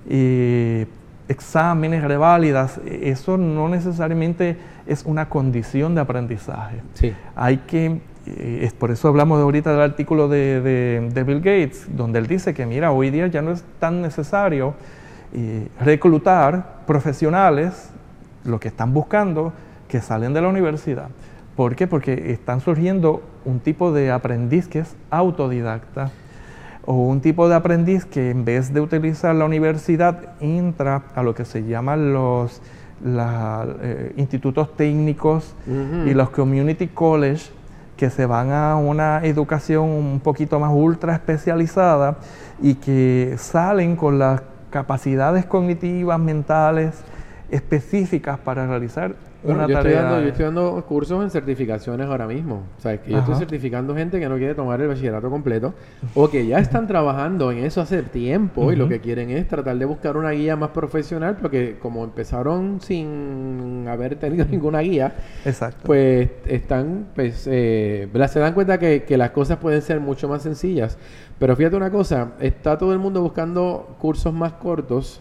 eh, exámenes, reválidas, eso no necesariamente es una condición de aprendizaje. Sí. Hay que, eh, es por eso hablamos de ahorita del artículo de, de, de Bill Gates, donde él dice que mira, hoy día ya no es tan necesario eh, reclutar profesionales, lo que están buscando, que salen de la universidad. ¿Por qué? Porque están surgiendo un tipo de aprendiz que es autodidacta, o un tipo de aprendiz que en vez de utilizar la universidad entra a lo que se llaman los la, eh, institutos técnicos uh-huh. y los community college, que se van a una educación un poquito más ultra especializada y que salen con las capacidades cognitivas, mentales específicas para realizar bueno, una yo tarea. Estoy dando, yo estoy dando cursos en certificaciones ahora mismo. O sea, que yo Ajá. estoy certificando gente que no quiere tomar el bachillerato completo o que ya están trabajando en eso hace tiempo uh-huh. y lo que quieren es tratar de buscar una guía más profesional, porque como empezaron sin haber tenido ninguna guía, Exacto. pues están, pues, eh, se dan cuenta que, que las cosas pueden ser mucho más sencillas. Pero fíjate una cosa, está todo el mundo buscando cursos más cortos.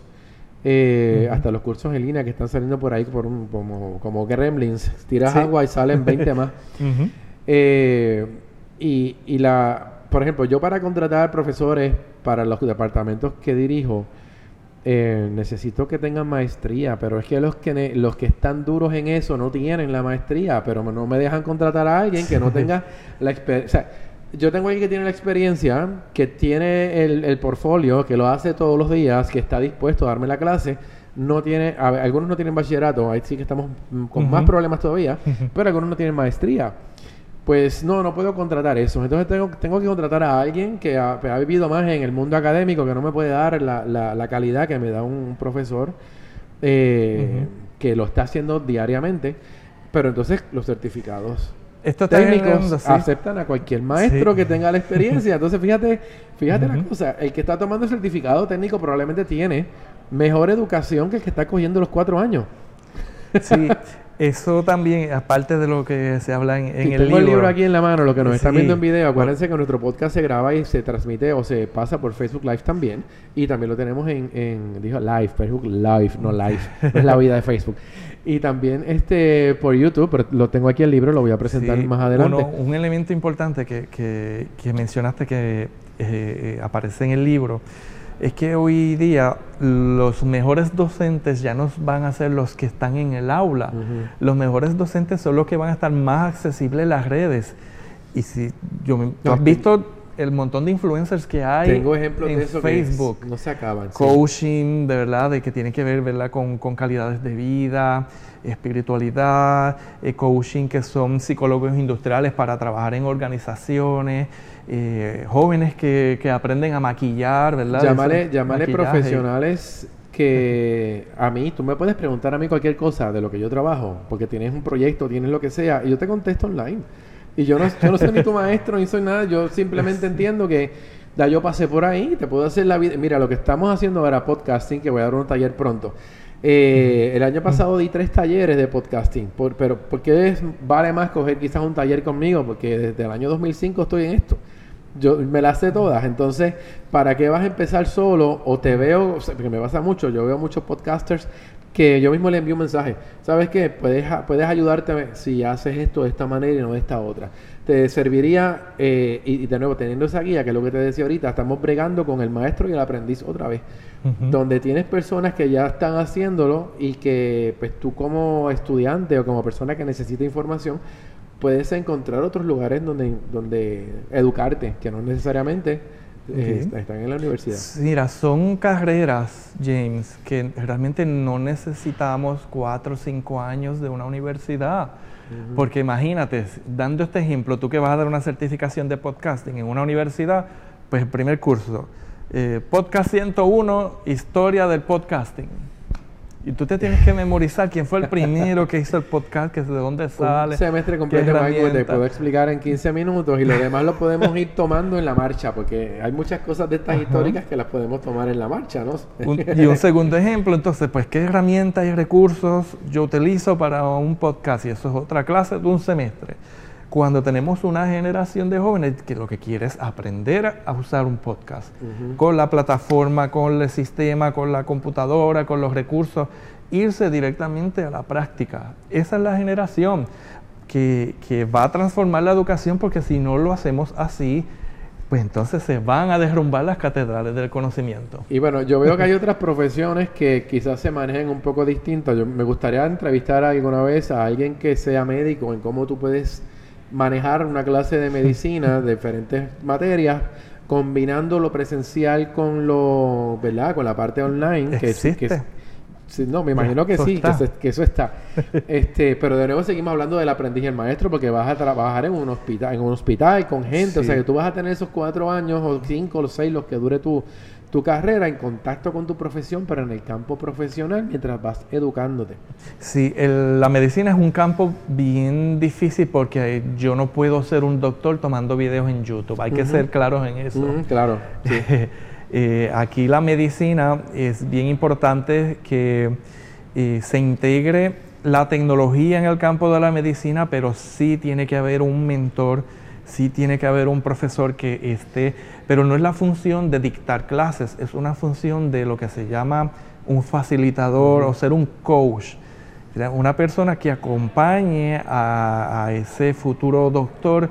Eh, uh-huh. Hasta los cursos en línea que están saliendo por ahí por un, como, como gremlins, tiras sí. agua y salen veinte más. Uh-huh. eh, y, y la, por ejemplo, yo para contratar profesores para los departamentos que dirijo, eh, necesito que tengan maestría, pero es que los que ne- los que están duros en eso no tienen la maestría, pero no me dejan contratar a alguien que no tenga la experiencia. O sea, yo tengo alguien que tiene la experiencia, que tiene el, el portfolio, que lo hace todos los días, que está dispuesto a darme la clase. No tiene, a, algunos no tienen bachillerato, ahí sí que estamos con uh-huh. más problemas todavía, uh-huh. pero algunos no tienen maestría. Pues no, no puedo contratar eso. Entonces tengo, tengo que contratar a alguien que ha, ha vivido más en el mundo académico, que no me puede dar la, la, la calidad que me da un, un profesor eh, uh-huh. que lo está haciendo diariamente. Pero entonces los certificados Esto técnicos sí. aceptan a cualquier maestro sí. que tenga la experiencia. Entonces, fíjate, fíjate uh-huh. la cosa. El que está tomando el certificado técnico probablemente tiene mejor educación que el que está cogiendo los cuatro años. Sí, eso también, aparte de lo que se habla en, en el libro. Tengo el libro aquí en la mano, lo que nos sí. están viendo en video. Acuérdense que nuestro podcast se graba y se transmite o se pasa por Facebook Live también. Y también lo tenemos en, en dijo live, Facebook Live, no live. No es la vida de Facebook. Y también este por YouTube, pero lo tengo aquí el libro, lo voy a presentar sí, más adelante. Uno, un elemento importante que, que, que mencionaste que eh, aparece en el libro es que hoy día los mejores docentes ya no van a ser los que están en el aula. Uh-huh. Los mejores docentes son los que van a estar más accesibles en las redes. Y si yo me, ¿tú has visto el montón de influencers que hay Tengo ejemplos en de eso Facebook. Que no se acaban. Coaching, sí. de verdad, de que tiene que ver, ¿verdad? Con, con calidades de vida, espiritualidad, eh, coaching que son psicólogos industriales para trabajar en organizaciones, eh, jóvenes que, que aprenden a maquillar, ¿verdad? Llámale, llámale profesionales que a mí, tú me puedes preguntar a mí cualquier cosa de lo que yo trabajo, porque tienes un proyecto, tienes lo que sea, y yo te contesto online. Y yo no, yo no soy ni tu maestro, ni soy nada, yo simplemente entiendo que ya yo pasé por ahí, te puedo hacer la vida. Mira, lo que estamos haciendo ahora, podcasting, que voy a dar un taller pronto. Eh, el año pasado di tres talleres de podcasting, por, pero ¿por qué es, vale más coger quizás un taller conmigo? Porque desde el año dos mil cinco estoy en esto. Yo me las sé todas. Entonces, ¿para qué vas a empezar solo? O te veo, o sea, porque me pasa mucho, yo veo muchos podcasters que yo mismo le envío un mensaje. ¿Sabes qué? Puedes, puedes ayudarte si haces esto de esta manera y no de esta otra. Te serviría, eh, y, y de nuevo, teniendo esa guía, que es lo que te decía ahorita, estamos bregando con el maestro y el aprendiz otra vez. Uh-huh. Donde tienes personas que ya están haciéndolo y que pues tú como estudiante o como persona que necesita información, puedes encontrar otros lugares donde, donde educarte, que no necesariamente eh, okay. están en la universidad. Mira, son carreras, James, que realmente no necesitamos cuatro o cinco años de una universidad. Uh-huh. Porque imagínate, dando este ejemplo, tú que vas a dar una certificación de podcasting en una universidad, pues el primer curso, eh, Podcast ciento uno, Historia del Podcasting. Y tú te tienes que memorizar quién fue el primero que hizo el podcast, que de dónde sale. Un semestre completo que te puedo explicar en quince minutos y lo demás lo podemos ir tomando en la marcha, porque hay muchas cosas de estas Ajá. históricas que las podemos tomar en la marcha, ¿no? Un, y un segundo ejemplo, entonces, pues, ¿qué herramientas y recursos yo utilizo para un podcast? Y eso es otra clase de un semestre. Cuando tenemos una generación de jóvenes que lo que quiere es aprender a usar un podcast, uh-huh. con la plataforma, con el sistema, con la computadora, con los recursos, irse directamente a la práctica. Esa es la generación que, que va a transformar la educación, porque si no lo hacemos así, pues entonces se van a derrumbar las catedrales del conocimiento. Y bueno, yo veo que hay otras profesiones que quizás se manejen un poco distintas. Yo me gustaría entrevistar alguna vez a alguien que sea médico en cómo tú puedes manejar una clase de medicina de diferentes materias, combinando lo presencial con lo, ¿verdad? Con la parte online. ¿Existe? Que, que, sí, no, me imagino que sí, que, se, que eso está. este, pero de nuevo seguimos hablando del aprendiz y el maestro, porque vas a trabajar en un hospital, en un hospital con gente, sí. O sea que tú vas a tener esos cuatro años o cinco o seis, los que dure tu tu carrera en contacto con tu profesión, pero en el campo profesional mientras vas educándote. Sí, el, la medicina es un campo bien difícil porque yo no puedo ser un doctor tomando videos en YouTube. Hay uh-huh. que ser claros en eso. Uh-huh, claro. Sí. eh, aquí la medicina es bien importante que eh, se integre la tecnología en el campo de la medicina, pero sí tiene que haber un mentor, sí tiene que haber un profesor que esté, pero no es la función de dictar clases, es una función de lo que se llama un facilitador uh-huh. o ser un coach, una persona que acompañe a, a ese futuro doctor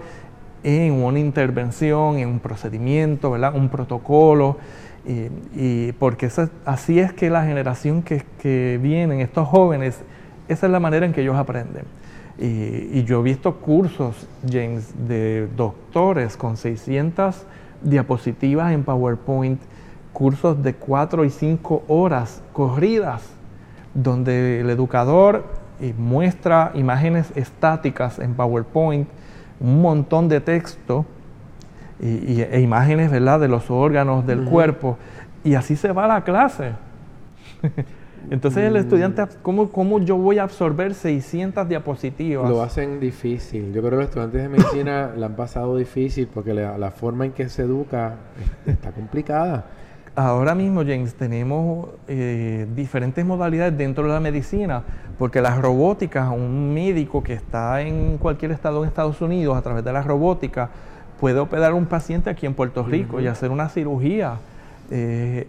en una intervención, en un procedimiento, ¿verdad? Un protocolo, y, y porque esa, así es que la generación que, que vienen, estos jóvenes, esa es la manera en que ellos aprenden. Y, y yo he visto cursos, James, de doctores con seiscientas diapositivas en PowerPoint, cursos de cuatro y cinco horas corridas, donde el educador muestra imágenes estáticas en PowerPoint, un montón de texto y, y, e imágenes, ¿verdad?, de los órganos del uh-huh. cuerpo, y así se va la clase. Entonces el estudiante, ¿cómo, ¿cómo yo voy a absorber seiscientas diapositivas? Lo hacen difícil. Yo creo que los estudiantes de medicina la han pasado difícil porque la, la forma en que se educa está complicada. Ahora mismo, James, tenemos eh, diferentes modalidades dentro de la medicina, porque la robótica, un médico que está en cualquier estado en Estados Unidos, a través de la robótica, puede operar a un paciente aquí en Puerto Rico uh-huh. y hacer una cirugía. Eh,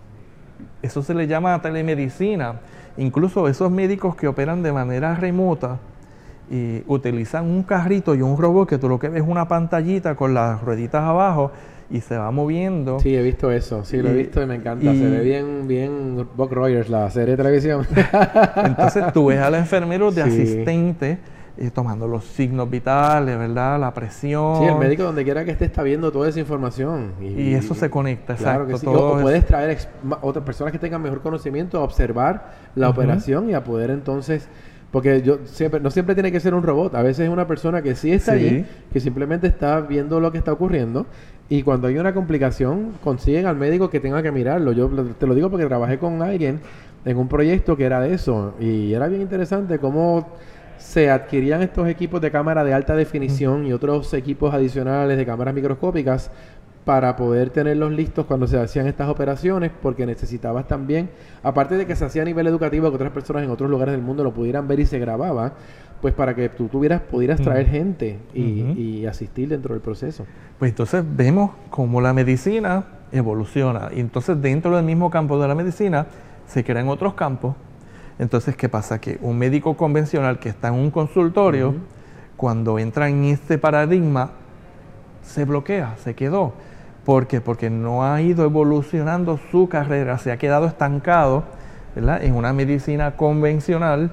Eso se le llama telemedicina. Incluso esos médicos que operan de manera remota y utilizan un carrito y un robot que tú lo que ves es una pantallita con las rueditas abajo y se va moviendo. Sí, he visto eso. Sí, lo he visto y me encanta. Y se ve bien, bien Buck Rogers, la serie de televisión. Entonces tú ves al enfermero de sí. asistente eh, tomando los signos vitales, ¿verdad? La presión. Sí, el médico donde quiera que esté está viendo toda esa información. Y, y eso se conecta, claro exacto. Que sí. O, o puedes traer ex, otras personas que tengan mejor conocimiento a observar la uh-huh. operación y a poder entonces... Porque yo siempre, no siempre tiene que ser un robot. A veces es una persona que sí está sí. ahí, que simplemente está viendo lo que está ocurriendo. Y cuando hay una complicación, consiguen al médico que tenga que mirarlo. Yo te lo digo porque trabajé con alguien en un proyecto que era de eso. Y era bien interesante cómo se adquirían estos equipos de cámara de alta definición mm. y otros equipos adicionales de cámaras microscópicas para poder tenerlos listos cuando se hacían estas operaciones, porque necesitabas también, aparte de que se hacía a nivel educativo, que otras personas en otros lugares del mundo lo pudieran ver y se grababa, pues para que tú tuvieras, pudieras traer gente y, uh-huh. y asistir dentro del proceso. Pues entonces vemos cómo la medicina evoluciona, y entonces dentro del mismo campo de la medicina se crean otros campos. Entonces, ¿qué pasa? Que un médico convencional que está en un consultorio, uh-huh. cuando entra en este paradigma, se bloquea, se quedó. ¿Por qué? Porque no ha ido evolucionando su carrera, se ha quedado estancado, ¿verdad?, en una medicina convencional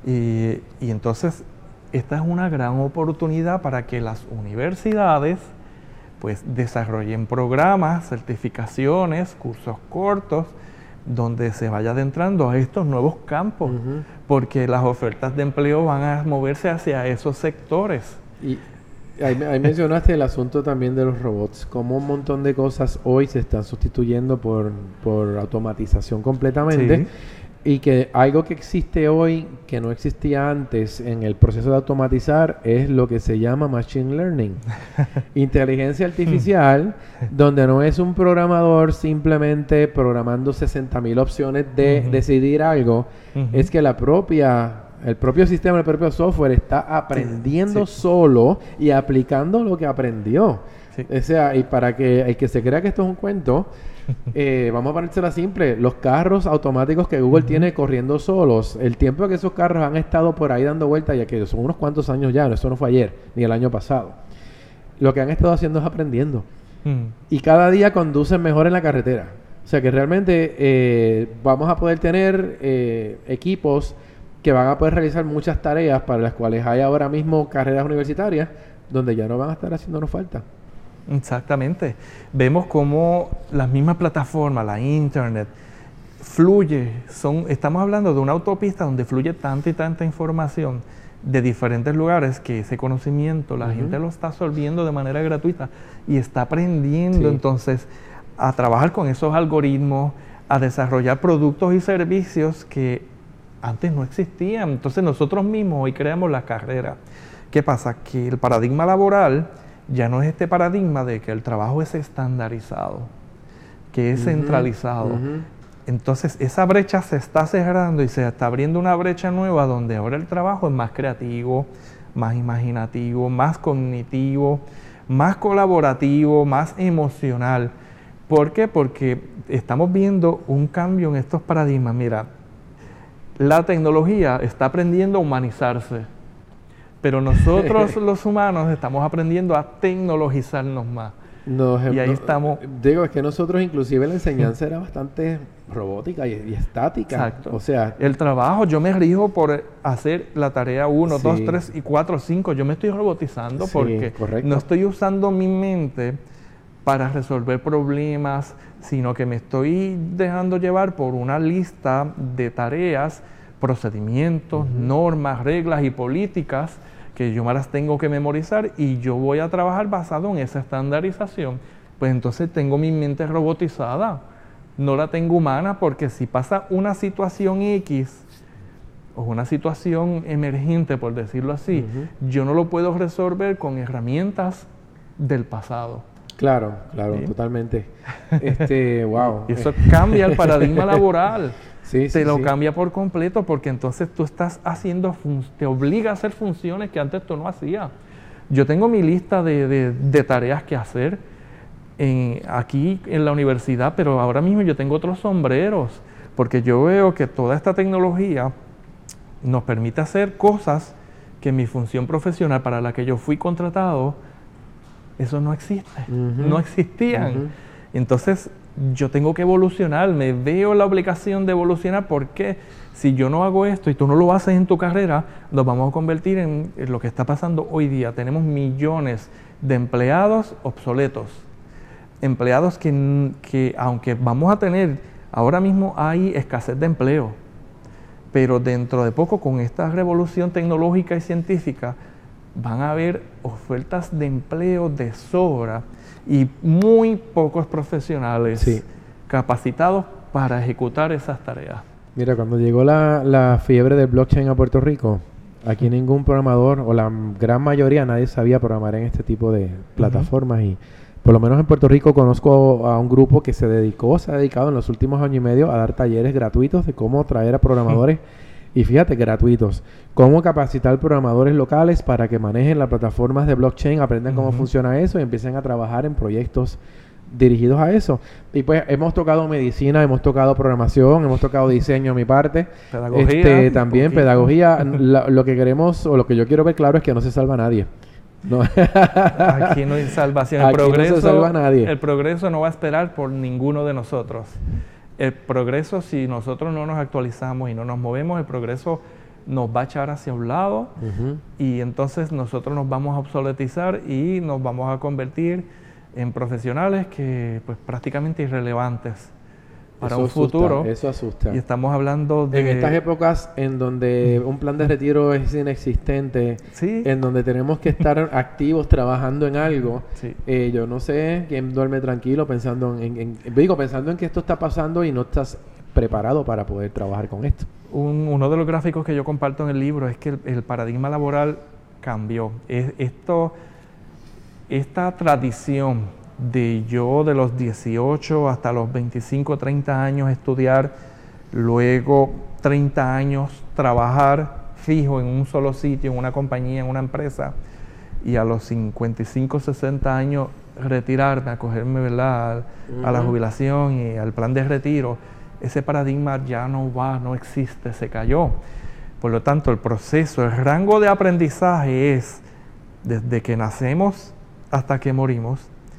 y, y entonces esta es una gran oportunidad para que las universidades pues desarrollen programas, certificaciones, cursos cortos, donde se vaya adentrando a estos nuevos campos, uh-huh. porque las ofertas de empleo van a moverse hacia esos sectores. Y Ahí, ahí mencionaste el asunto también de los robots, como un montón de cosas hoy se están sustituyendo por, por automatización completamente, sí. y que algo que existe hoy que no existía antes en el proceso de automatizar es lo que se llama Machine Learning. Inteligencia artificial, donde no es un programador simplemente programando sesenta mil opciones de uh-huh. decidir algo, uh-huh. es que la propia... El propio sistema, el propio software está aprendiendo sí, sí. solo y aplicando lo que aprendió. Sí. O sea, y para que el que se crea que esto es un cuento, eh, vamos a ponérsela simple. Los carros automáticos que Google uh-huh. tiene corriendo solos, el tiempo que esos carros han estado por ahí dando vueltas, ya que son unos cuantos años ya, eso no fue ayer, ni el año pasado. Lo que han estado haciendo es aprendiendo. Uh-huh. Y cada día conducen mejor en la carretera. O sea que realmente eh, vamos a poder tener eh, equipos que van a poder realizar muchas tareas para las cuales hay ahora mismo carreras universitarias donde ya no van a estar haciéndonos falta. Exactamente. Vemos cómo las mismas plataformas, la internet, fluye. Son, estamos hablando de una autopista donde fluye tanta y tanta información de diferentes lugares que ese conocimiento la uh-huh. gente lo está absorbiendo de manera gratuita y está aprendiendo sí. entonces a trabajar con esos algoritmos, a desarrollar productos y servicios que antes no existían. Entonces nosotros mismos hoy creamos la carrera. ¿Qué pasa? Que el paradigma laboral ya no es este paradigma de que el trabajo es estandarizado, que es uh-huh, centralizado. Uh-huh. Entonces esa brecha se está cerrando y se está abriendo una brecha nueva donde ahora el trabajo es más creativo, más imaginativo, más cognitivo, más colaborativo, más emocional. ¿Por qué? Porque estamos viendo un cambio en estos paradigmas. Mira, la tecnología está aprendiendo a humanizarse, pero nosotros los humanos estamos aprendiendo a tecnologizarnos más. No, y ahí no, estamos. Digo, es que nosotros inclusive la enseñanza era bastante robótica y, y estática. Exacto. O sea, el trabajo, yo me rijo por hacer la tarea uno, sí. dos, tres y cuatro, cinco. Yo me estoy robotizando sí, porque correcto. no estoy usando mi mente para resolver problemas, sino que me estoy dejando llevar por una lista de tareas, procedimientos, uh-huh. normas, reglas y políticas que yo me las tengo que memorizar y yo voy a trabajar basado en esa estandarización. Pues entonces tengo mi mente robotizada, no la tengo humana, porque si pasa una situación X o una situación emergente, por decirlo así, uh-huh. yo no lo puedo resolver con herramientas del pasado. Claro, claro, ¿sí? Totalmente. Este, wow. Y eso cambia el paradigma laboral. Sí, te sí, lo sí. cambia por completo, porque entonces tú estás haciendo, fun- te obliga a hacer funciones que antes tú no hacías. Yo tengo mi lista de, de, de tareas que hacer en, aquí en la universidad, pero ahora mismo yo tengo otros sombreros, porque yo veo que toda esta tecnología nos permite hacer cosas que mi función profesional para la que yo fui contratado, eso no existe, uh-huh. no existían. Uh-huh. Entonces, yo tengo que evolucionar, me veo la obligación de evolucionar porque si yo no hago esto y tú no lo haces en tu carrera, nos vamos a convertir en, en lo que está pasando hoy día. Tenemos millones de empleados obsoletos, empleados que, que aunque vamos a tener, ahora mismo hay escasez de empleo, pero dentro de poco con esta revolución tecnológica y científica van a haber ofertas de empleo de sobra y muy pocos profesionales sí. capacitados para ejecutar esas tareas. Mira, cuando llegó la, la fiebre del blockchain a Puerto Rico, aquí ningún programador, o la gran mayoría, nadie sabía programar en este tipo de plataformas. Uh-huh. Y por lo menos en Puerto Rico conozco a un grupo que se dedicó, se ha dedicado en los últimos años y medio a dar talleres gratuitos de cómo traer a programadores, uh-huh. y fíjate, gratuitos, cómo capacitar programadores locales para que manejen las plataformas de blockchain, aprendan uh-huh. cómo funciona eso y empiecen a trabajar en proyectos dirigidos a eso. Y pues hemos tocado medicina, hemos tocado programación, hemos tocado diseño, mi parte. Pedagogía. Este, también poquito. pedagogía. la, lo que queremos, o lo que yo quiero ver claro es que no se salva a nadie. No. Aquí no hay salvación. El Aquí progreso, no se salva a nadie. El progreso no va a esperar por ninguno de nosotros. El progreso, si nosotros no nos actualizamos y no nos movemos, el progreso nos va a echar hacia un lado, uh-huh. y entonces nosotros nos vamos a obsoletizar y nos vamos a convertir en profesionales que pues prácticamente irrelevantes para eso un asusta, futuro. Eso asusta. Y estamos hablando de... En estas épocas en donde un plan de retiro es inexistente, ¿sí? en donde tenemos que estar activos trabajando en algo, sí. eh, yo no sé quién duerme tranquilo pensando en, en, en... Digo, pensando en que esto está pasando y no estás preparado para poder trabajar con esto. Un, uno de los gráficos que yo comparto en el libro es que el, el paradigma laboral cambió. Es, esto... Esta tradición de yo de los dieciocho hasta los veinticinco, treinta años estudiar, luego treinta años trabajar fijo en un solo sitio, en una compañía, en una empresa, y a los cincuenta y cinco, sesenta años retirarme, acogerme, ¿verdad?, uh-huh. a la jubilación y al plan de retiro, ese paradigma ya no va, no existe, se cayó. Por lo tanto, el proceso, el rango de aprendizaje es desde que nacemos hasta que morimos,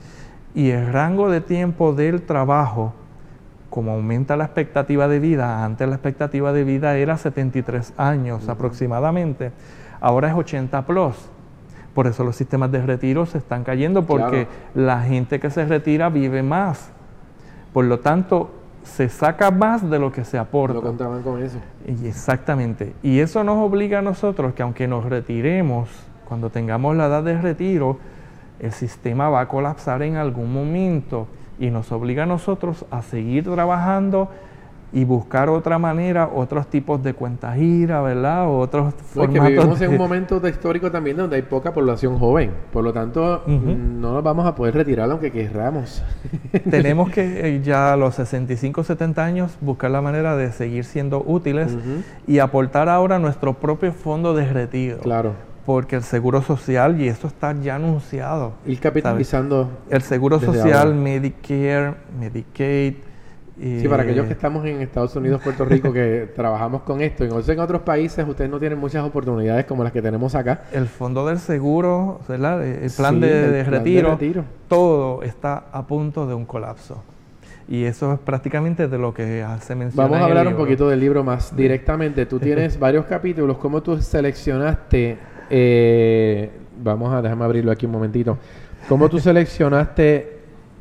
y el rango de tiempo del trabajo, como aumenta la expectativa de vida, antes la expectativa de vida era setenta y tres años uh-huh. aproximadamente, ahora es ochenta plus. Por eso los sistemas de retiro se están cayendo, porque claro. la gente que se retira vive más. Por lo tanto, se saca más de lo que se aporta. No contaban con eso. Y exactamente. Y eso nos obliga a nosotros que aunque nos retiremos, cuando tengamos la edad de retiro, el sistema va a colapsar en algún momento y nos obliga a nosotros a seguir trabajando y buscar otra manera, otros tipos de cuenta gira, ¿verdad? O otros no, formatos. Es que vivimos de... en un momento de histórico también donde hay poca población joven. Por lo tanto, uh-huh. no nos vamos a poder retirar aunque querramos. Tenemos que eh, ya a los sesenta y cinco, setenta años buscar la manera de seguir siendo útiles uh-huh. y aportar ahora nuestro propio fondo de retiro. Claro. Porque el Seguro Social, y esto está ya anunciado. Ir capitalizando. ¿sabes? El Seguro Social, ahora. Medicare, Medicaid. Eh, sí, para aquellos que estamos en Estados Unidos, Puerto Rico, que trabajamos con esto. Entonces, en otros países ustedes no tienen muchas oportunidades como las que tenemos acá. El Fondo del Seguro, ¿verdad? El plan, sí, de, el de, plan retiro, de retiro, todo está a punto de un colapso. Y eso es prácticamente de lo que se menciona. Vamos a hablar un libro. poquito del libro más directamente. Tú tienes varios capítulos. ¿Cómo tú seleccionaste? Eh, vamos a, déjame abrirlo aquí un momentito. ¿Cómo tú seleccionaste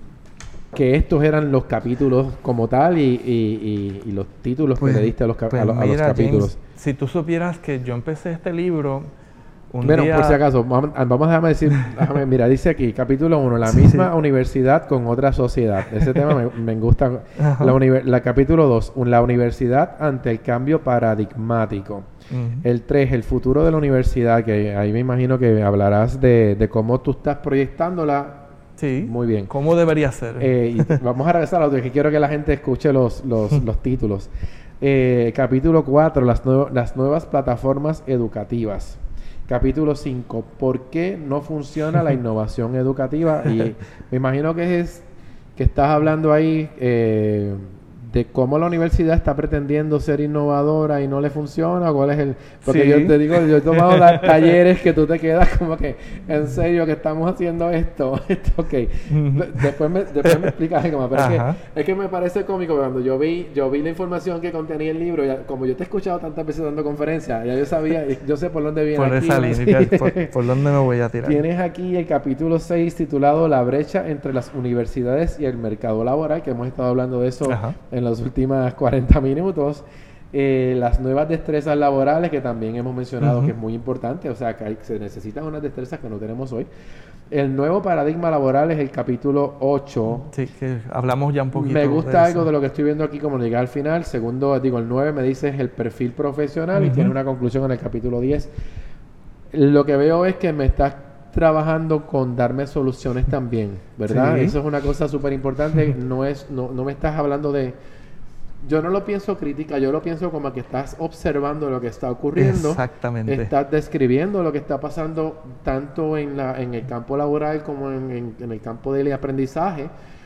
que estos eran los capítulos como tal y, y, y, y los títulos pues, que le diste a los, pues a los, mira, a los capítulos? James, si tú supieras que yo empecé este libro un bueno, día... por si acaso, vamos, vamos a déjame decir, déjame, mira, dice aquí, capítulo uno, la misma sí. universidad con otra sociedad. Ese tema me, me gusta. La, univer, la capítulo dos, la universidad ante el cambio paradigmático. Uh-huh. El tres, el futuro de la universidad, que ahí me imagino que hablarás de, de cómo tú estás proyectándola. Sí. Muy bien. ¿Cómo debería ser? Eh, y vamos a regresar a lo que quiero que la gente escuche los, los, los títulos. Eh, capítulo cuatro, las, nuevo, las nuevas plataformas educativas. Capítulo cinco, ¿por qué no funciona la innovación educativa? Y me imagino que es que estás hablando ahí... Eh, de cómo la universidad está pretendiendo ser innovadora y no le funciona, cuál es el... Porque sí. yo te digo, yo he tomado las talleres que tú te quedas como que, en serio, que estamos haciendo esto, esto, ok. Uh-huh. Después me, después me explicas algo más, pero es que, es que me parece cómico cuando yo vi, yo vi la información que contenía el libro, ya, como yo te he escuchado tantas veces dando conferencias, ya yo sabía, yo sé por dónde viene por aquí. Esa línea, sí. por, por dónde me voy a tirar. Tienes aquí el capítulo seis titulado La brecha entre las universidades y el mercado laboral, que hemos estado hablando de eso Ajá. en las últimas cuarenta minutos. Eh, las nuevas destrezas laborales, que también hemos mencionado uh-huh. que es muy importante, o sea, que hay, se necesitan unas destrezas que no tenemos hoy. El nuevo paradigma laboral es el capítulo ocho. Sí, que hablamos ya un poquito. Me gusta de algo eso. De lo que estoy viendo aquí, como llegué al final. Segundo, digo, el nueve me dice es el perfil profesional uh-huh. y tiene una conclusión en el capítulo diez. Lo que veo es que me estás trabajando con darme soluciones también, ¿verdad? Sí. Eso es una cosa súper importante. No es, no, no me estás hablando de... Yo no lo pienso crítica, yo lo pienso como que estás observando lo que está ocurriendo. Exactamente. Estás describiendo lo que está pasando tanto en, la, en el campo laboral como en, en, en el campo del aprendizaje.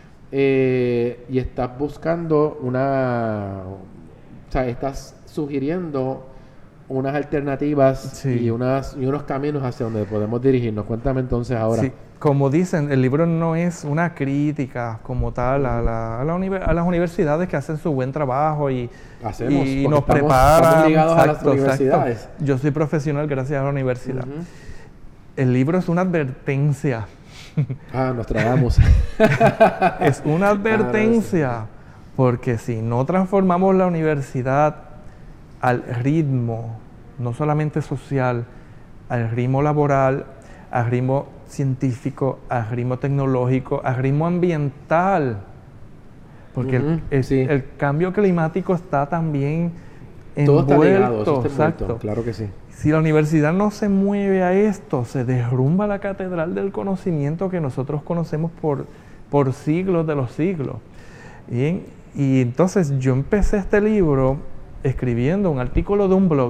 Eh, y estás buscando una... O sea, estás sugiriendo unas alternativas sí. y, unas, y unos caminos hacia donde podemos dirigirnos. Cuéntame entonces ahora. Sí. Como dicen, el libro no es una crítica como tal a, la, a, la uni- a las universidades que hacen su buen trabajo y, Hacemos, y nos estamos, preparan. Estamos ligados exacto, a las universidades. Exacto. Yo soy profesional gracias a la universidad. Uh-huh. El libro es una advertencia. Ah, nos tragamos. Es una advertencia ah, no, sí. porque si no transformamos la universidad al ritmo, no solamente social, al ritmo laboral, al ritmo científico, al ritmo tecnológico, al ritmo ambiental, porque uh-huh, el, el, sí. el cambio climático está también envuelto. Todo está ligado, eso está envuelto, claro que sí. Si la universidad no se mueve a esto, se derrumba la catedral del conocimiento que nosotros conocemos por, por siglos de los siglos. Y, y entonces yo empecé este libro escribiendo un artículo de un blog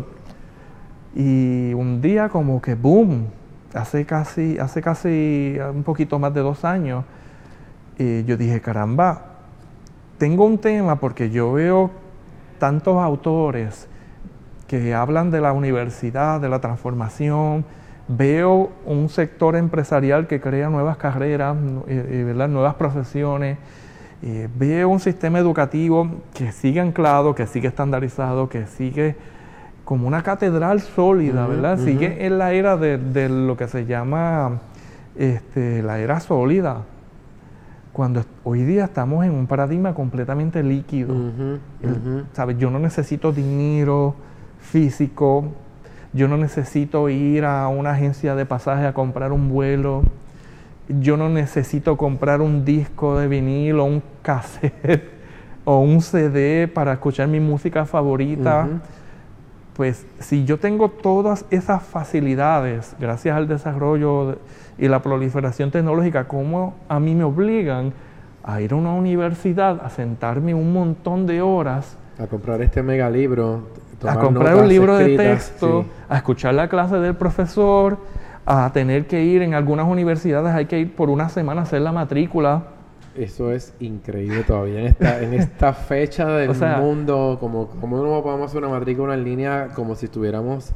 y un día como que boom, hace casi, hace casi un poquito más de dos años, y yo dije, caramba, tengo un tema porque yo veo tantos autores que hablan de la universidad, de la transformación, veo un sector empresarial que crea nuevas carreras, eh, ¿verdad? Nuevas profesiones, eh, veo un sistema educativo que sigue anclado, que sigue estandarizado, que sigue como una catedral sólida, uh-huh, ¿verdad? Uh-huh. Sigue en la era de, de lo que se llama este, la era sólida, cuando hoy día estamos en un paradigma completamente líquido. Uh-huh, El, uh-huh. ¿sabes? Yo no necesito dinero físico, yo no necesito ir a una agencia de pasaje a comprar un vuelo, yo no necesito comprar un disco de vinilo, un cassette o un C D para escuchar mi música favorita. Uh-huh. Pues si yo tengo todas esas facilidades, gracias al desarrollo de, y la proliferación tecnológica, ¿cómo a mí me obligan a ir a una universidad, a sentarme un montón de horas? A comprar este mega libro. A comprar un libro escritas, de texto, sí. a escuchar la clase del profesor, a tener que ir en algunas universidades, hay que ir por una semana a hacer la matrícula. Eso es increíble todavía en esta, en esta fecha del o sea, mundo, como, como no podemos hacer una matrícula en línea como si estuviéramos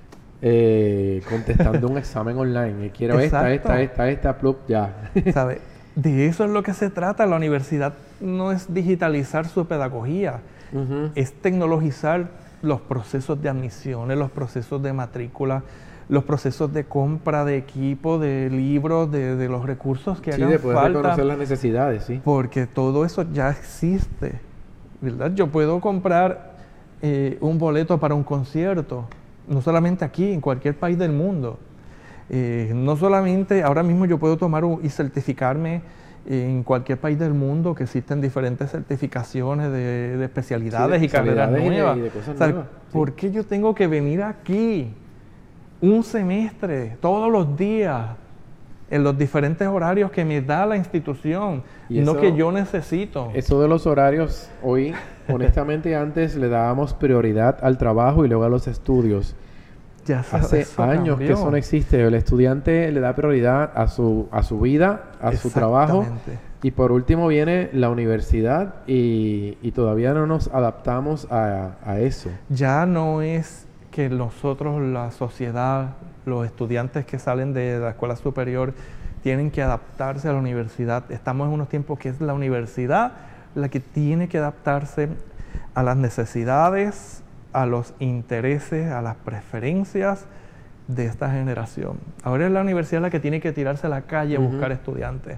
eh, contestando un examen online. Quiero Exacto. esta, esta, esta, esta, plup, ya. ¿Sabe? De eso es lo que se trata. La universidad no es digitalizar su pedagogía, uh-huh. es tecnologizar los procesos de admisiones, los procesos de matrícula, los procesos de compra de equipo, de libros, de, de los recursos que sí, hagan de poder falta. reconocer las necesidades, sí. Porque todo eso ya existe, ¿verdad? Yo puedo comprar eh, un boleto para un concierto, no solamente aquí, en cualquier país del mundo. Eh, no solamente, ahora mismo yo puedo tomar un, y certificarme en cualquier país del mundo, que existen diferentes certificaciones de, de especialidades sí, de y carreras nuevas. Y de, y de cosas o sea, nuevas. ¿Por sí. qué yo tengo que venir aquí un semestre, todos los días, en los diferentes horarios que me da la institución, y eso, no que yo necesito? Eso de los horarios, hoy, honestamente, antes le dábamos prioridad al trabajo y luego a los estudios. Ya eso, Hace eso años cambió. que eso no existe. El estudiante le da prioridad a su, a su vida, a su trabajo. Y por último viene la universidad y, y todavía no nos adaptamos a, a eso. Ya no es que nosotros, la sociedad, los estudiantes que salen de la escuela superior tienen que adaptarse a la universidad. Estamos en unos tiempos que es la universidad la que tiene que adaptarse a las necesidades, a los intereses, a las preferencias de esta generación. Ahora es la universidad la que tiene que tirarse a la calle a Uh-huh. buscar estudiantes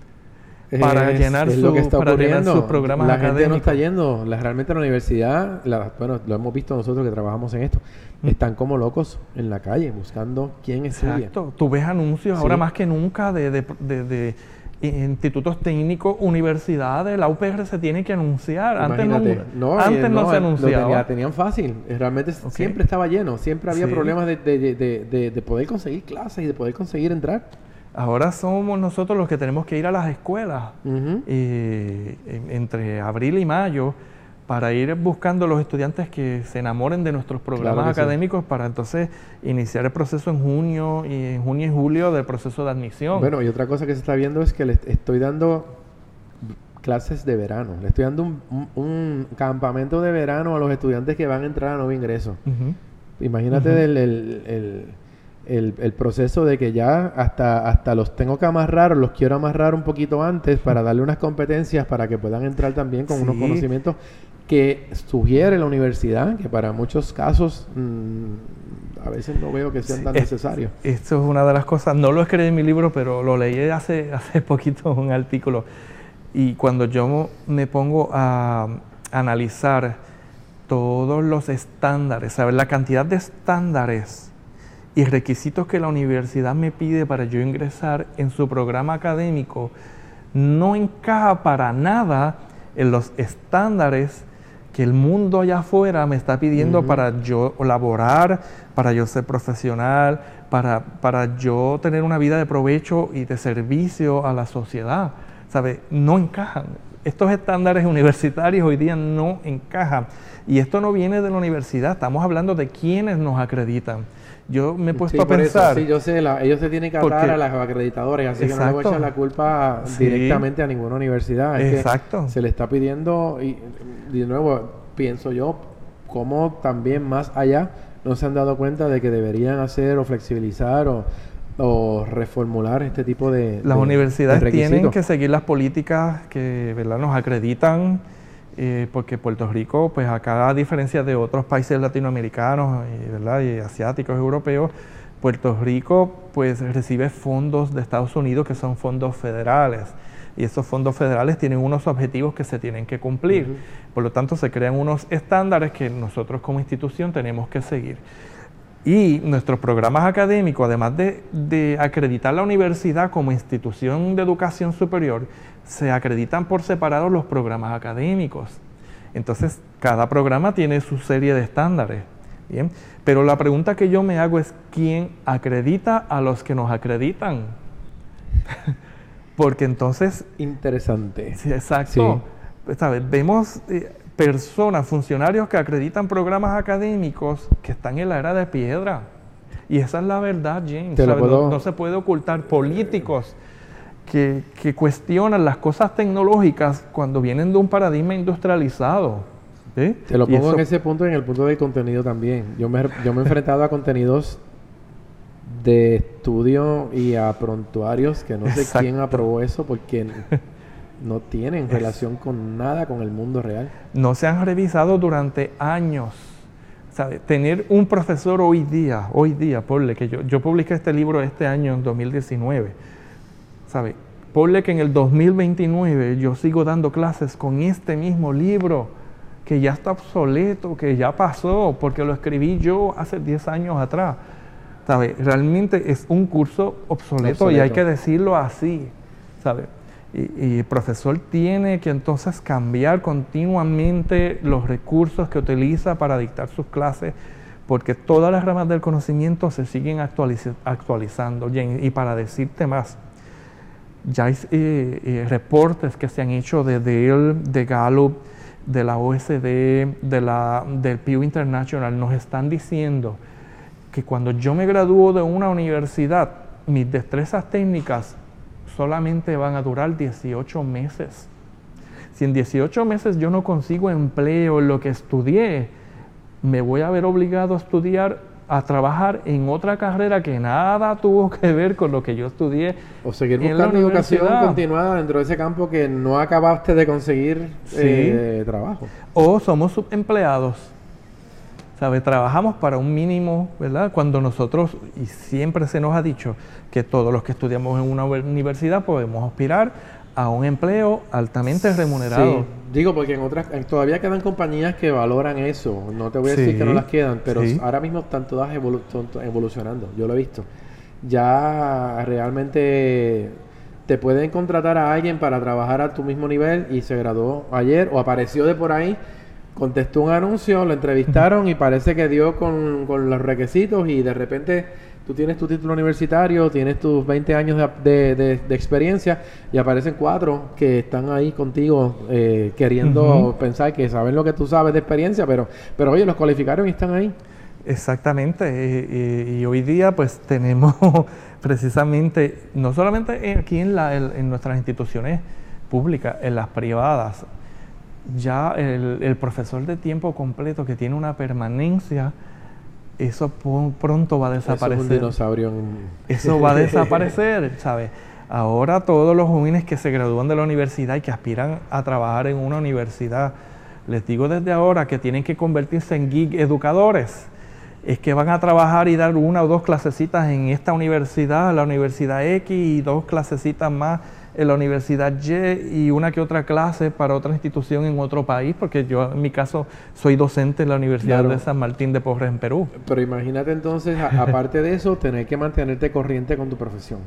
para Es- llenar es su lo que está para llenar ocurriendo. sus programas la académicos. gente no está yendo. La, realmente la universidad, la- bueno, lo hemos visto nosotros que trabajamos en esto, Mm. están como locos en la calle buscando quién estudia. Exacto. Tú ves anuncios Sí. ahora más que nunca de, de, de- de institutos técnicos, universidades. La U P R se tiene que anunciar. Antes no, Imagínate. No, antes eh, no, se lo anunciaba. tenía- tenían fácil. Eh, Realmente Ok. siempre estaba lleno. Siempre había Sí. problemas de, de- de- de- de poder conseguir clases y de poder conseguir entrar. Ahora somos nosotros los que tenemos que ir a las escuelas Ujú. eh, en- entre abril y mayo para ir buscando los estudiantes que se enamoren de nuestros programas Claro que sí. académicos para entonces iniciar el proceso en junio y en junio y julio del proceso de admisión. Bueno, y otra cosa que se está viendo es que le estoy dando clases de verano. Le estoy dando un, un- un campamento de verano a los estudiantes que van a entrar a nuevo ingreso. Ujú. Imagínate Ujú. el, el- el- el- el proceso de que ya hasta, hasta los tengo que amarrar, los quiero amarrar un poquito antes para darle unas competencias para que puedan entrar también con unos Sí. conocimientos que sugiere la universidad, que para muchos casos mm, a veces no veo que sean Sí, tan es- necesarios. Esto es una de las cosas, no lo escribí en mi libro, pero lo leí hace, hace poquito un artículo. Y cuando yo me pongo a analizar todos los estándares, saber la cantidad de estándares y requisitos que la universidad me pide para yo ingresar en su programa académico, no encaja para nada en los estándares que el mundo allá afuera me está pidiendo Ujú. para yo laborar, para yo ser profesional, para, para yo tener una vida de provecho y de servicio a la sociedad. ¿Sabe? No encajan. Estos estándares universitarios hoy día no encajan. Y esto no viene de la universidad, estamos hablando de quienes nos acreditan. Yo me he puesto Sí, a por eso, pensar... sí, yo sé, la- ellos se tienen que atar Porque- a las acreditadores, así que no le voy a Exacto. echar la culpa Sí. directamente a ninguna universidad. Es que Exacto. se le está pidiendo, y de nuevo, pienso yo, cómo también más allá no se han dado cuenta de que deberían hacer o flexibilizar o, o reformular este tipo de Las de- universidades de tienen requisitos. que seguir las políticas que, ¿verdad?, nos acreditan, eh, porque Puerto Rico, pues acá a diferencia de otros países latinoamericanos, y, ¿verdad?, y asiáticos, europeos, Puerto Rico pues recibe fondos de Estados Unidos que son fondos federales. Y esos fondos federales tienen unos objetivos que se tienen que cumplir. Ujú. Por lo tanto, se crean unos estándares que nosotros como institución tenemos que seguir. Y nuestros programas académicos, además de, de acreditar la universidad como institución de educación superior, se acreditan por separado los programas académicos. Entonces, cada programa tiene su serie de estándares. ¿Bien? Pero la pregunta que yo me hago es, ¿quién acredita a los que nos acreditan? Porque entonces... Interesante. Sí, exacto. ¿Sabes? Vemos eh, personas, funcionarios que acreditan programas académicos que están en la era de piedra. Y esa es la verdad, James. Te lo ¿sabes? puedo- No, no se puede ocultar. Políticos que, que cuestionan las cosas tecnológicas cuando vienen de un paradigma industrializado. ¿sí? Te lo Y pongo eso- en ese punto, en el punto del contenido también. Yo me, yo me he enfrentado a contenidos de estudio y a prontuarios que no sé Exacto. quién aprobó eso porque no tienen relación con nada con el mundo real. no se han revisado durante años. ¿Sabe? Tener un profesor hoy día, hoy día, ponle que yo, yo publiqué este libro este año, en dos mil diecinueve, ¿sabe? Ponle que en el dos mil veintinueve yo sigo dando clases con este mismo libro, que ya está obsoleto, que ya pasó, porque lo escribí yo hace diez años atrás. ¿Sabe? Realmente es un curso obsoleto, y hay Obsoleto. que decirlo así, ¿sabe? Y, y el profesor tiene que entonces cambiar continuamente los recursos que utiliza para dictar sus clases, porque todas las ramas del conocimiento se siguen actualiz- actualizando. Jane. Y para decirte más, ya hay eh, eh, reportes que se han hecho de Dale, de Gallup, de la O E C D, de la, del Pew International, nos están diciendo que cuando yo me gradúo de una universidad, mis destrezas técnicas solamente van a durar dieciocho meses. Si en dieciocho meses yo no consigo empleo en lo que estudié, me voy a ver obligado a estudiar, a trabajar en otra carrera que nada tuvo que ver con lo que yo estudié. O seguir buscando educación continuada dentro de ese campo que no acabaste de conseguir sí. eh, trabajo. O somos subempleados. ¿Sabe? Trabajamos para un mínimo, ¿verdad? Cuando nosotros, y siempre se nos ha dicho que todos los que estudiamos en una universidad podemos aspirar a un empleo altamente remunerado. Sí, digo porque en otras, en, todavía quedan compañías que valoran eso. No te voy a decir sí, que no las quedan, pero sí. ahora mismo están todas evolu evolucionando. Yo lo he visto. Ya realmente te pueden contratar a alguien para trabajar a tu mismo nivel y se graduó ayer o apareció de por ahí. Contestó un anuncio, lo entrevistaron y parece que dio con, con los requisitos y de repente tú tienes tu título universitario, tienes tus veinte años de, de, de, de experiencia y aparecen cuatro que están ahí contigo eh, queriendo uh-huh. pensar que saben lo que tú sabes de experiencia, pero, pero oye, los cualificaron y están ahí. Exactamente, y, y, y hoy día pues tenemos precisamente, no solamente aquí en, la, en, en nuestras instituciones públicas, en las privadas, ya el, el profesor de tiempo completo que tiene una permanencia, eso pronto va a desaparecer. Eso es un dinosaurio. Eso va a desaparecer, ¿sabes? Ahora todos los jóvenes que se gradúan de la universidad y que aspiran a trabajar en una universidad, les digo desde ahora que tienen que convertirse en geek educadores. Es que van a trabajar y dar una o dos clasecitas en esta universidad, la Universidad X, y dos clasecitas más en la Universidad Y y una que otra clase para otra institución en otro país, porque yo en mi caso soy docente en la Universidad claro. de San Martín de Porres en Perú. Pero imagínate entonces, a, aparte de eso, tener que mantenerte corriente con tu profesión.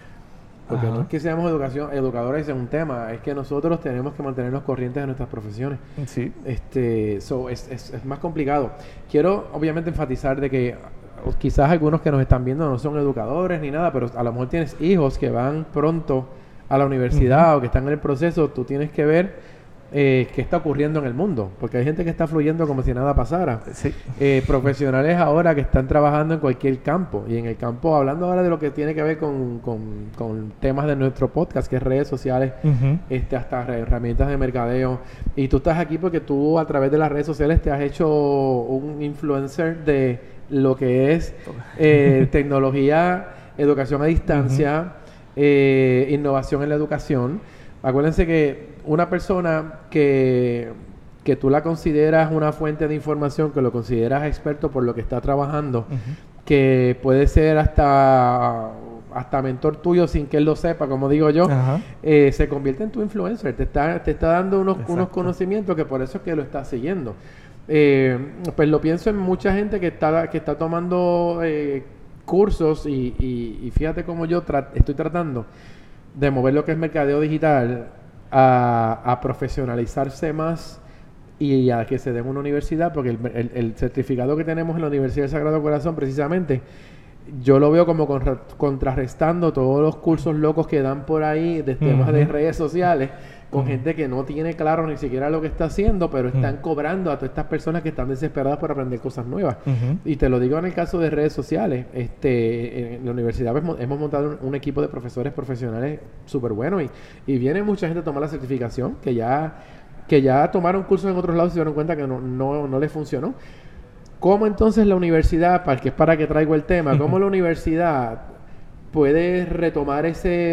Porque Ajá. no es que seamos educación, educadores, es un tema, es que nosotros tenemos que mantenernos corrientes de nuestras profesiones. Sí. Este, so, es, es, es más complicado. Quiero obviamente enfatizar de que quizás algunos que nos están viendo no son educadores ni nada, pero a lo mejor tienes hijos que van pronto a la universidad uh-huh. o que están en el proceso. Tú tienes que ver eh, qué está ocurriendo en el mundo, porque hay gente que está fluyendo como si nada pasara. Sí. Eh, profesionales ahora que están trabajando en cualquier campo, y en el campo, hablando ahora de lo que tiene que ver con, con, con temas de nuestro podcast, que es redes sociales, uh-huh. este, hasta herramientas de mercadeo, y tú estás aquí porque tú a través de las redes sociales te has hecho un influencer de lo que es eh, tecnología, educación a distancia, uh-huh. Eh, innovación en la educación. Acuérdense que una persona que, que tú la consideras una fuente de información, que lo consideras experto por lo que está trabajando, uh-huh. que puede ser hasta, hasta mentor tuyo sin que él lo sepa, como digo yo, uh-huh. eh, se convierte en tu influencer. Te está, te está dando unos, unos conocimientos que por eso es que lo estás siguiendo. Eh, pues lo pienso en mucha gente que está, que está tomando eh, cursos y, y, y fíjate cómo yo tra estoy tratando de mover lo que es mercadeo digital a, a profesionalizarse más y a que se dé en una universidad, porque el, el, el certificado que tenemos en la Universidad del Sagrado Corazón precisamente yo lo veo como contra, contrarrestando todos los cursos locos que dan por ahí de temas uh-huh. de redes sociales con uh-huh. gente que no tiene claro ni siquiera lo que está haciendo, pero están uh-huh. cobrando a todas estas personas que están desesperadas por aprender cosas nuevas. Uh-huh. Y te lo digo en el caso de redes sociales. Este, en la universidad hemos, hemos montado un, un equipo de profesores profesionales súper bueno y, y viene mucha gente a tomar la certificación que ya, que ya tomaron cursos en otros lados y se dieron cuenta que no, no, no les funcionó. ¿Cómo entonces la universidad, para que es para que traigo el tema, cómo la universidad puede retomar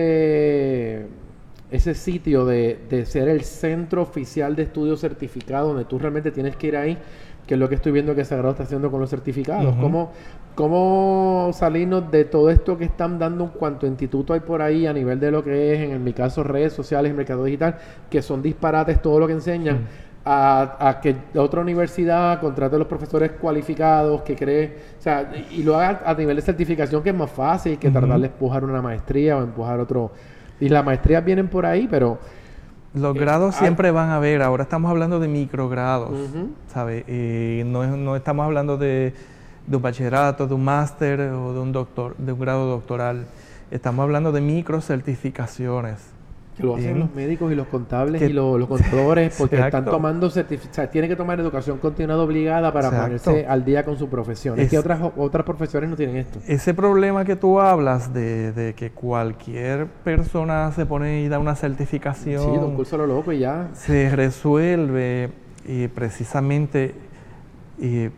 ese... ese sitio de, de ser el centro oficial de estudios certificados, donde tú realmente tienes que ir ahí, que es lo que estoy viendo que Sagrado está haciendo con los certificados? Uh-huh. ¿Cómo, ¿Cómo salirnos de todo esto que están dando en cuanto a instituto hay por ahí a nivel de lo que es, en mi caso, redes sociales y mercado digital, que son disparates todo lo que enseñan, uh-huh. A, a que otra universidad contrate a los profesores cualificados, que cree, o sea, y lo haga a nivel de certificación, que es más fácil que uh-huh. tardarle empujar una maestría o empujar otro... Y las maestrías vienen por ahí, pero... Los eh, grados hay... siempre van a haber. Ahora estamos hablando de microgrados, uh-huh. ¿sabes? Eh, no, no estamos hablando de, de un bachillerato, de un máster o de un doctor, de un grado doctoral. Estamos hablando de microcertificaciones. Que lo hacen Bien. los médicos y los contables Que- y los, los contadores porque Exacto. están tomando certificados, o sea, tienen que tomar educación continuada obligada para Exacto. ponerse al día con su profesión. Es, Es- que otras, otras profesiones no tienen esto. Ese problema que tú hablas de, de que cualquier persona se pone y da una certificación, Sí, un curso a lo loco y ya. se resuelve eh, precisamente eh,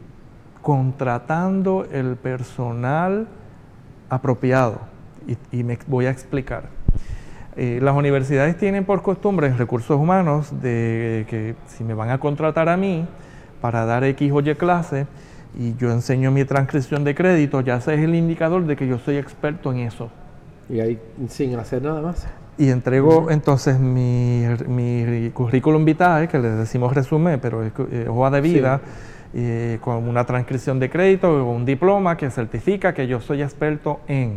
contratando el personal apropiado. Y, y me voy a explicar. Eh, las universidades tienen por costumbre en recursos humanos de que si me van a contratar a mí para dar X o Y clase y yo enseño mi transcripción de crédito, ya ese es el indicador de que yo soy experto en eso. Y ahí sin hacer nada más. Y entrego entonces mi, mi currículum vitae, que le decimos resumen, pero es eh, hoja de vida, eh, con una transcripción de crédito o un diploma que certifica que yo soy experto en.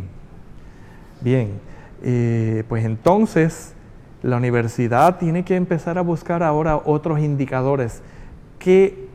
Bien, eh, pues entonces la universidad tiene que empezar a buscar ahora otros indicadores que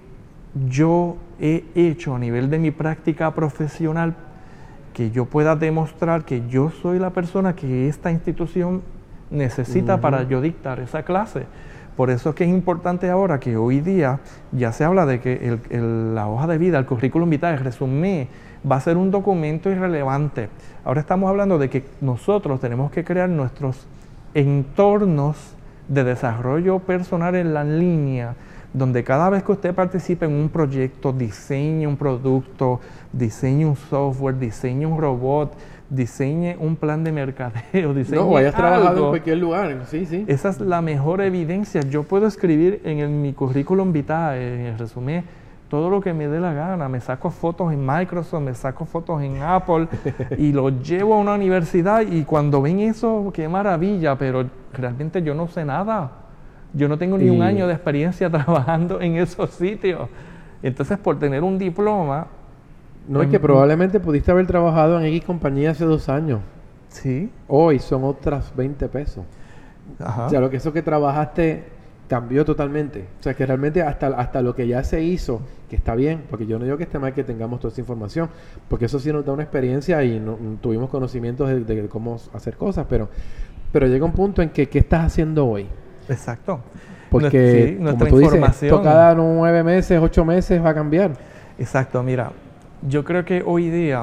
yo he hecho a nivel de mi práctica profesional, que yo pueda demostrar que yo soy la persona que esta institución necesita Ujú. para yo dictar esa clase. Por eso es que es importante ahora que hoy día ya se habla de que el- el- la hoja de vida, el currículum vitae, el resumen, va a ser un documento irrelevante. Ahora estamos hablando de que nosotros tenemos que crear nuestros entornos de desarrollo personal en la línea, donde cada vez que usted participe en un proyecto, diseñe un producto, diseñe un software, diseñe un robot, diseñe un plan de mercadeo, diseñe No, hayas trabajado en algo. cualquier lugar. Sí, sí. Esa es la mejor evidencia. Yo puedo escribir en el- mi currículum vitae, en el resumen, todo lo que me dé la gana. Me saco fotos en Microsoft, me saco fotos en Apple y lo llevo a una universidad y cuando ven eso, qué maravilla, pero realmente yo no sé nada. Yo no tengo ni Y- un año de experiencia trabajando en esos sitios. Entonces, por tener un diploma, No, es que probablemente pudiste haber trabajado en X compañía hace dos años. sí, Hoy son otras veinte pesos. ajá. O sea, lo que eso que trabajaste cambió totalmente. O sea, que realmente hasta, hasta lo que ya se hizo, que está bien, porque yo no digo que esté mal que tengamos toda esa información, porque eso sí nos da una experiencia y no- tuvimos conocimientos de, de cómo hacer cosas, pero, pero llega un punto en que, ¿qué estás haciendo hoy? Exacto. Porque, Sí, como nuestra tú dices, información. esto cada nueve meses, ocho meses va a cambiar. Exacto, mira, yo creo que hoy día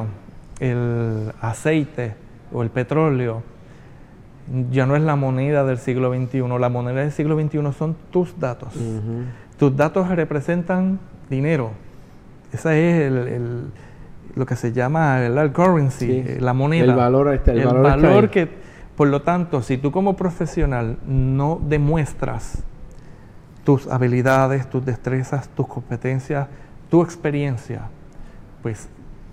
el aceite o el petróleo ya no es la moneda del siglo veintiuno. La moneda del siglo veintiuno son tus datos. Ujú. Tus datos representan dinero. Ese es el, el- lo que se llama el, el currency, Sí. eh, la moneda. El valor, este, el el valor está valor ahí. que, por lo tanto, si tú como profesional no demuestras tus habilidades, tus destrezas, tus competencias, tu experiencia, pues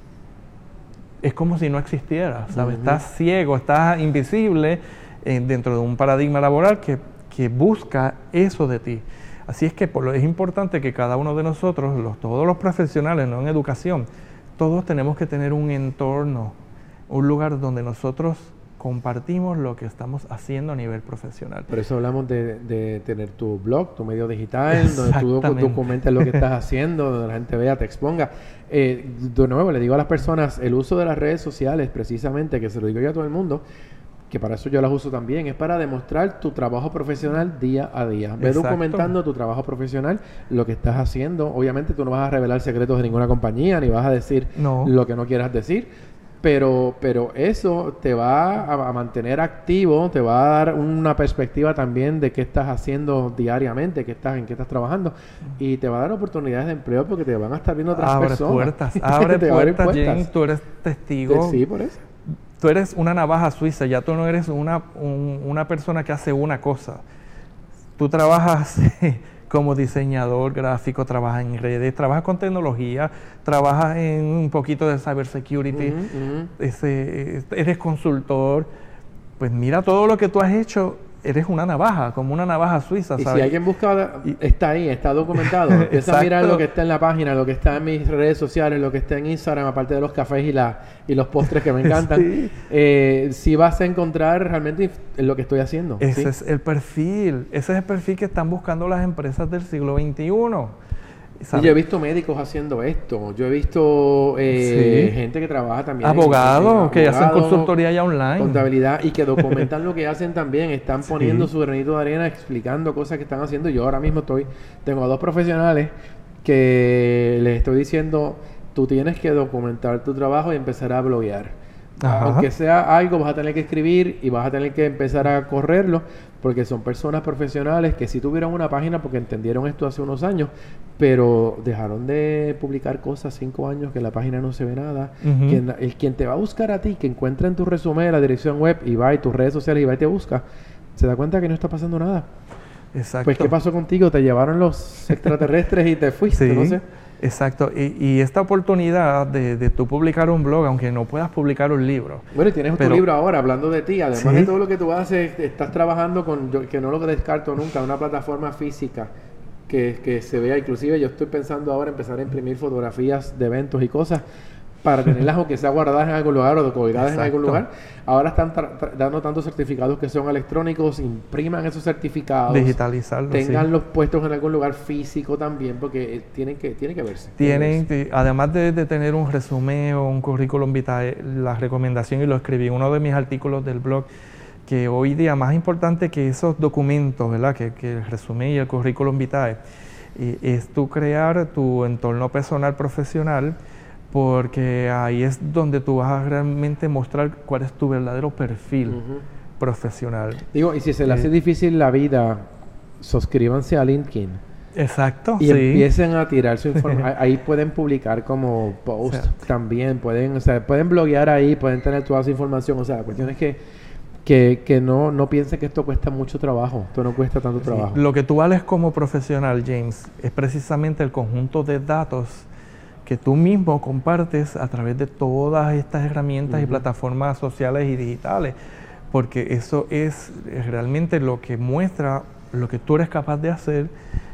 es como si no existiera, ¿sabes? Ujú. Estás ciego, estás invisible eh, dentro de un paradigma laboral que, que busca eso de ti. Así es que por lo, es importante que cada uno de nosotros, los, todos los profesionales, no en educación, todos tenemos que tener un entorno, un lugar donde nosotros compartimos lo que estamos haciendo a nivel profesional. Por eso hablamos de, de tener tu blog, tu medio digital, donde tú docu- Exactamente. documentes lo que estás haciendo, donde la gente vea, te exponga. Eh, de nuevo, le digo a las personas, el uso de las redes sociales, precisamente, que se lo digo yo a todo el mundo, que para eso yo las uso también, es para demostrar tu trabajo profesional día a día. Ve Exacto. documentando tu trabajo profesional, lo que estás haciendo. Obviamente tú no vas a revelar secretos de ninguna compañía, ni vas a decir No. lo que no quieras decir. Pero, pero eso te va a, a mantener activo, te va a dar una perspectiva también de qué estás haciendo diariamente, qué estás, en qué estás trabajando, y te va a dar oportunidades de empleo porque te van a estar viendo otras Abre personas. puertas, abre Te va a abrir puertas, puertas. James, tú eres testigo. Sí, por eso. Tú eres una navaja suiza, ya tú no eres una, un- una persona que hace una cosa. Tú trabajas como diseñador gráfico, trabajas en redes, trabajas con tecnología, trabajas en un poquito de cybersecurity, Ujú, ujú. ese- eres consultor. Pues mira todo lo que tú has hecho, eres una navaja, como una navaja suiza, Y ¿sabes? si alguien busca, Y- está ahí, está documentado. Empieza a mirar Exacto. lo que está en la página, lo que está en mis redes sociales, lo que está en Instagram, aparte de los cafés y, la, y los postres que me encantan. Sí. eh, si vas a encontrar realmente inf- lo que estoy haciendo. Ese ¿sí? es el perfil, ese es el perfil que están buscando las empresas del siglo veintiuno. Y yo he visto médicos haciendo esto, yo he visto eh, sí. gente que trabaja también. Abogados que abogado, hacen consultoría ya online. Contabilidad y que documentan lo que hacen también, están sí. poniendo su granito de arena, explicando cosas que están haciendo. Yo ahora mismo estoy, tengo a dos profesionales que les estoy diciendo, tú tienes que documentar tu trabajo y empezar a bloguear. Ajá. Aunque sea algo, vas a tener que escribir y vas a tener que empezar a correrlo, porque son personas profesionales que sí tuvieron una página porque entendieron esto hace unos años, pero dejaron de publicar cosas cinco años que en la página no se ve nada. Uh-huh. Quien, el quien te va a buscar a ti, que encuentra en tu resumen la dirección web y va y tus redes sociales y va y te busca, se da cuenta que no está pasando nada. Exacto. Pues ¿qué pasó contigo? Te llevaron los extraterrestres y te fuiste, sí. no sé. Exacto, y, y esta oportunidad de, de tú publicar un blog, aunque no puedas publicar un libro. Bueno, y tienes pero, tu libro ahora, hablando de ti, además ¿sí? de todo lo que tú haces, estás trabajando con, yo, que no lo descarto nunca, una plataforma física que, que se vea, inclusive yo estoy pensando ahora empezar a imprimir fotografías de eventos y cosas, para tenerlas aunque sea guardadas en algún lugar o colgadas Exacto. en algún lugar. Ahora están dando tantos certificados que son electrónicos, impriman esos certificados. Digitalizarlos, Tenganlos sí. puestos en algún lugar físico también, porque tienen que, tienen que verse. Tienen, que verse. Además de, de tener un resumen o un currículum vitae, la recomendación, y lo escribí en uno de mis artículos del blog, que hoy día más importante que esos documentos, ¿verdad? Que, que el resumen y el currículum vitae, y, es tú crear tu entorno personal profesional, porque ahí es donde tú vas a realmente mostrar cuál es tu verdadero perfil uh-huh. profesional. Digo, y si se le hace eh, difícil la vida, suscríbanse a LinkedIn. Exacto, y sí. empiecen a tirar su información. Ahí pueden publicar como post o sea, también, pueden, o sea, pueden bloguear ahí, pueden tener toda su información. O sea, la cuestión es que que, que no, no piensen que esto cuesta mucho trabajo. Esto no cuesta tanto sí. trabajo. Lo que tú vales como profesional, James, es precisamente el conjunto de datos que tú mismo compartes a través de todas estas herramientas uh-huh. y plataformas sociales y digitales, porque eso es realmente lo que muestra lo que tú eres capaz de hacer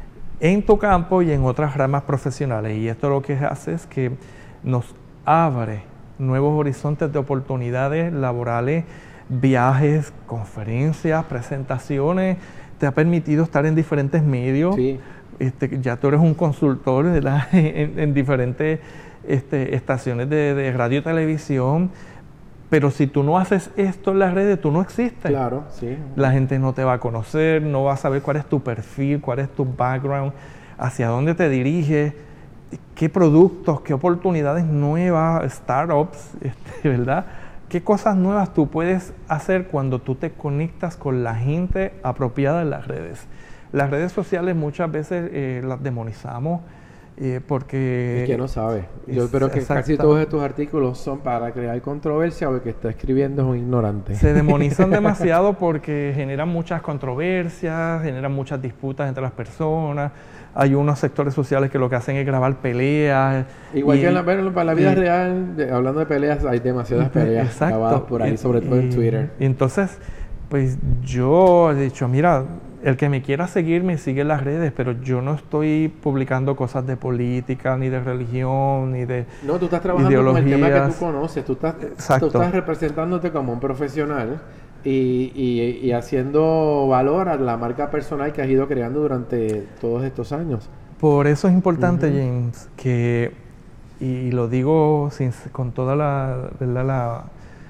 en tu campo y en otras ramas profesionales. Y esto lo que hace es que nos abre nuevos horizontes de oportunidades laborales, viajes, conferencias, presentaciones, te ha permitido estar en diferentes medios. Sí. Este, ya tú eres un consultor en, en diferentes este, estaciones de, de radio y televisión, pero si tú no haces esto en las redes, tú no existes. Claro, sí. La gente no te va a conocer, no va a saber cuál es tu perfil, cuál es tu background, hacia dónde te diriges, qué productos, qué oportunidades nuevas, startups, este, ¿verdad? ¿Qué cosas nuevas tú puedes hacer cuando tú te conectas con la gente apropiada en las redes? Las redes sociales muchas veces eh, las demonizamos eh, porque... Es que no sabe. Yo espero que casi todos estos artículos son para crear controversia o el que está escribiendo es un ignorante. Se demonizan demasiado porque generan muchas controversias, generan muchas disputas entre las personas. Hay unos sectores sociales que lo que hacen es grabar peleas. Igual y, que en la, bueno, para la vida y, real, de, hablando de peleas, hay demasiadas peleas exacto, grabadas por ahí, y, sobre todo y, en Twitter. Y entonces, pues yo he dicho, mira, el que me quiera seguir me sigue en las redes, pero yo no estoy publicando cosas de política, ni de religión, ni de No, tú estás trabajando ideologías. con el tema que tú conoces. Tú estás, tú estás representándote como un profesional y, y, y haciendo valor a la marca personal que has ido creando durante todos estos años. Por eso es importante, uh-huh. James, que, y lo digo sin, con toda la, ¿verdad? la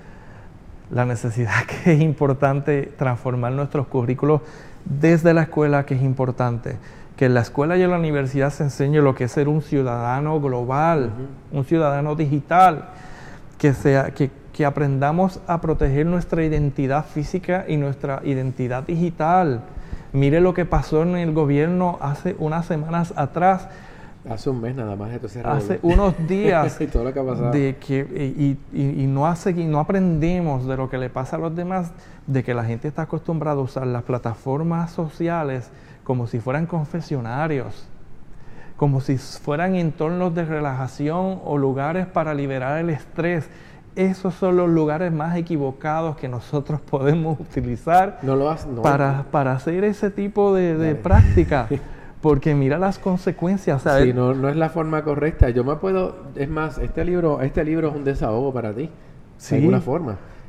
la necesidad que es importante transformar nuestros currículos desde la escuela, que es importante que en la escuela y en la universidad se enseñe lo que es ser un ciudadano global, uh-huh. un ciudadano digital, que, sea, que, que aprendamos a proteger nuestra identidad física y nuestra identidad digital. Mire lo que pasó en el gobierno hace unas semanas atrás. Hace un mes nada más, esto se hace unos días y todo lo que ha pasado. De que, y, y, y no, hace, no aprendemos de lo que le pasa a los demás, de que la gente está acostumbrada a usar las plataformas sociales como si fueran confesionarios, como si fueran entornos de relajación o lugares para liberar el estrés. Esos son los lugares más equivocados que nosotros podemos utilizar no lo has, no, para, no. para hacer ese tipo de, de práctica. Porque mira las consecuencias, ¿sabes? Sí, no, no es la forma correcta. Yo me puedo... Es más, este libro este libro es un desahogo para ti. Sí. De alguna forma.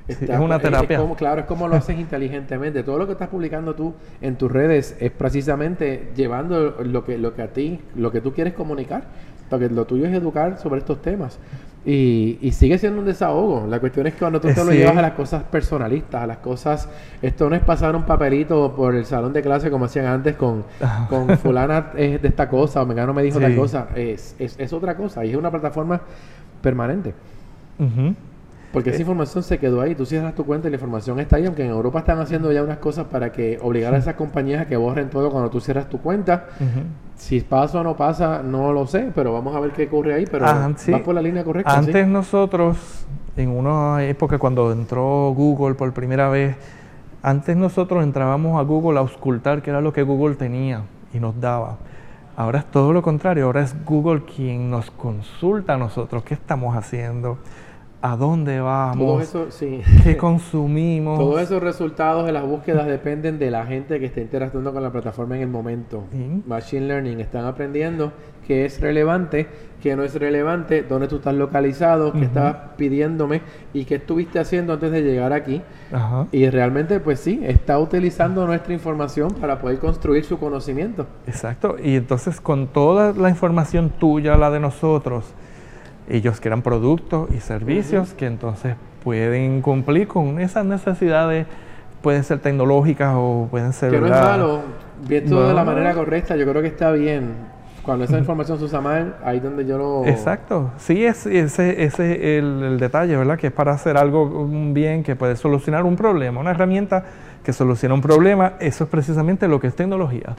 Está, sí, es una terapia. Es como, claro, es como lo haces inteligentemente. Todo lo que estás publicando tú en tus redes es precisamente llevando lo que, lo que a ti, lo que tú quieres comunicar. Porque lo tuyo es educar sobre estos temas. Y, y sigue siendo un desahogo. La cuestión es que cuando tú te sí. lo llevas a las cosas personalistas, a las cosas... Esto no es pasar un papelito por el salón de clase como hacían antes con, con fulana es de esta cosa o mengano me dijo sí. tal cosa. Es, es, es otra cosa. Y es una plataforma permanente. Uh-huh. Porque esa eh. información se quedó ahí. Tú cierras tu cuenta y la información está ahí. Aunque en Europa están haciendo ya unas cosas para que obligar a esas compañías a que borren todo cuando tú cierras tu cuenta. Uh-huh. Si pasa o no pasa, no lo sé, pero vamos a ver qué ocurre ahí, pero ah, sí. va por la línea correcta. Antes ¿sí? nosotros, en una época cuando entró Google por primera vez, antes nosotros entrábamos a Google a auscultar qué era lo que Google tenía y nos daba. Ahora es todo lo contrario, ahora es Google quien nos consulta a nosotros qué estamos haciendo, a dónde vamos, todo eso, sí. qué consumimos. Todos esos resultados de las búsquedas dependen de la gente que está interactuando con la plataforma en el momento. ¿Sí? Machine Learning, están aprendiendo qué es relevante, qué no es relevante, dónde tú estás localizado, qué uh-huh. estabas pidiéndome y qué estuviste haciendo antes de llegar aquí. Uh-huh. Y realmente, pues sí, está utilizando nuestra información para poder construir su conocimiento. Exacto. Y entonces con toda la información tuya, la de nosotros, ellos crean productos y servicios uh-huh. que entonces pueden cumplir con esas necesidades, pueden ser tecnológicas o pueden ser... Que no ¿verdad? es malo, visto no. de la manera correcta, yo creo que está bien. Cuando esa información se usa mal, ahí es donde yo lo... Exacto, sí, es, ese es el, el detalle, ¿verdad? Que es para hacer algo, un bien que puede solucionar un problema, una herramienta que soluciona un problema, eso es precisamente lo que es tecnología.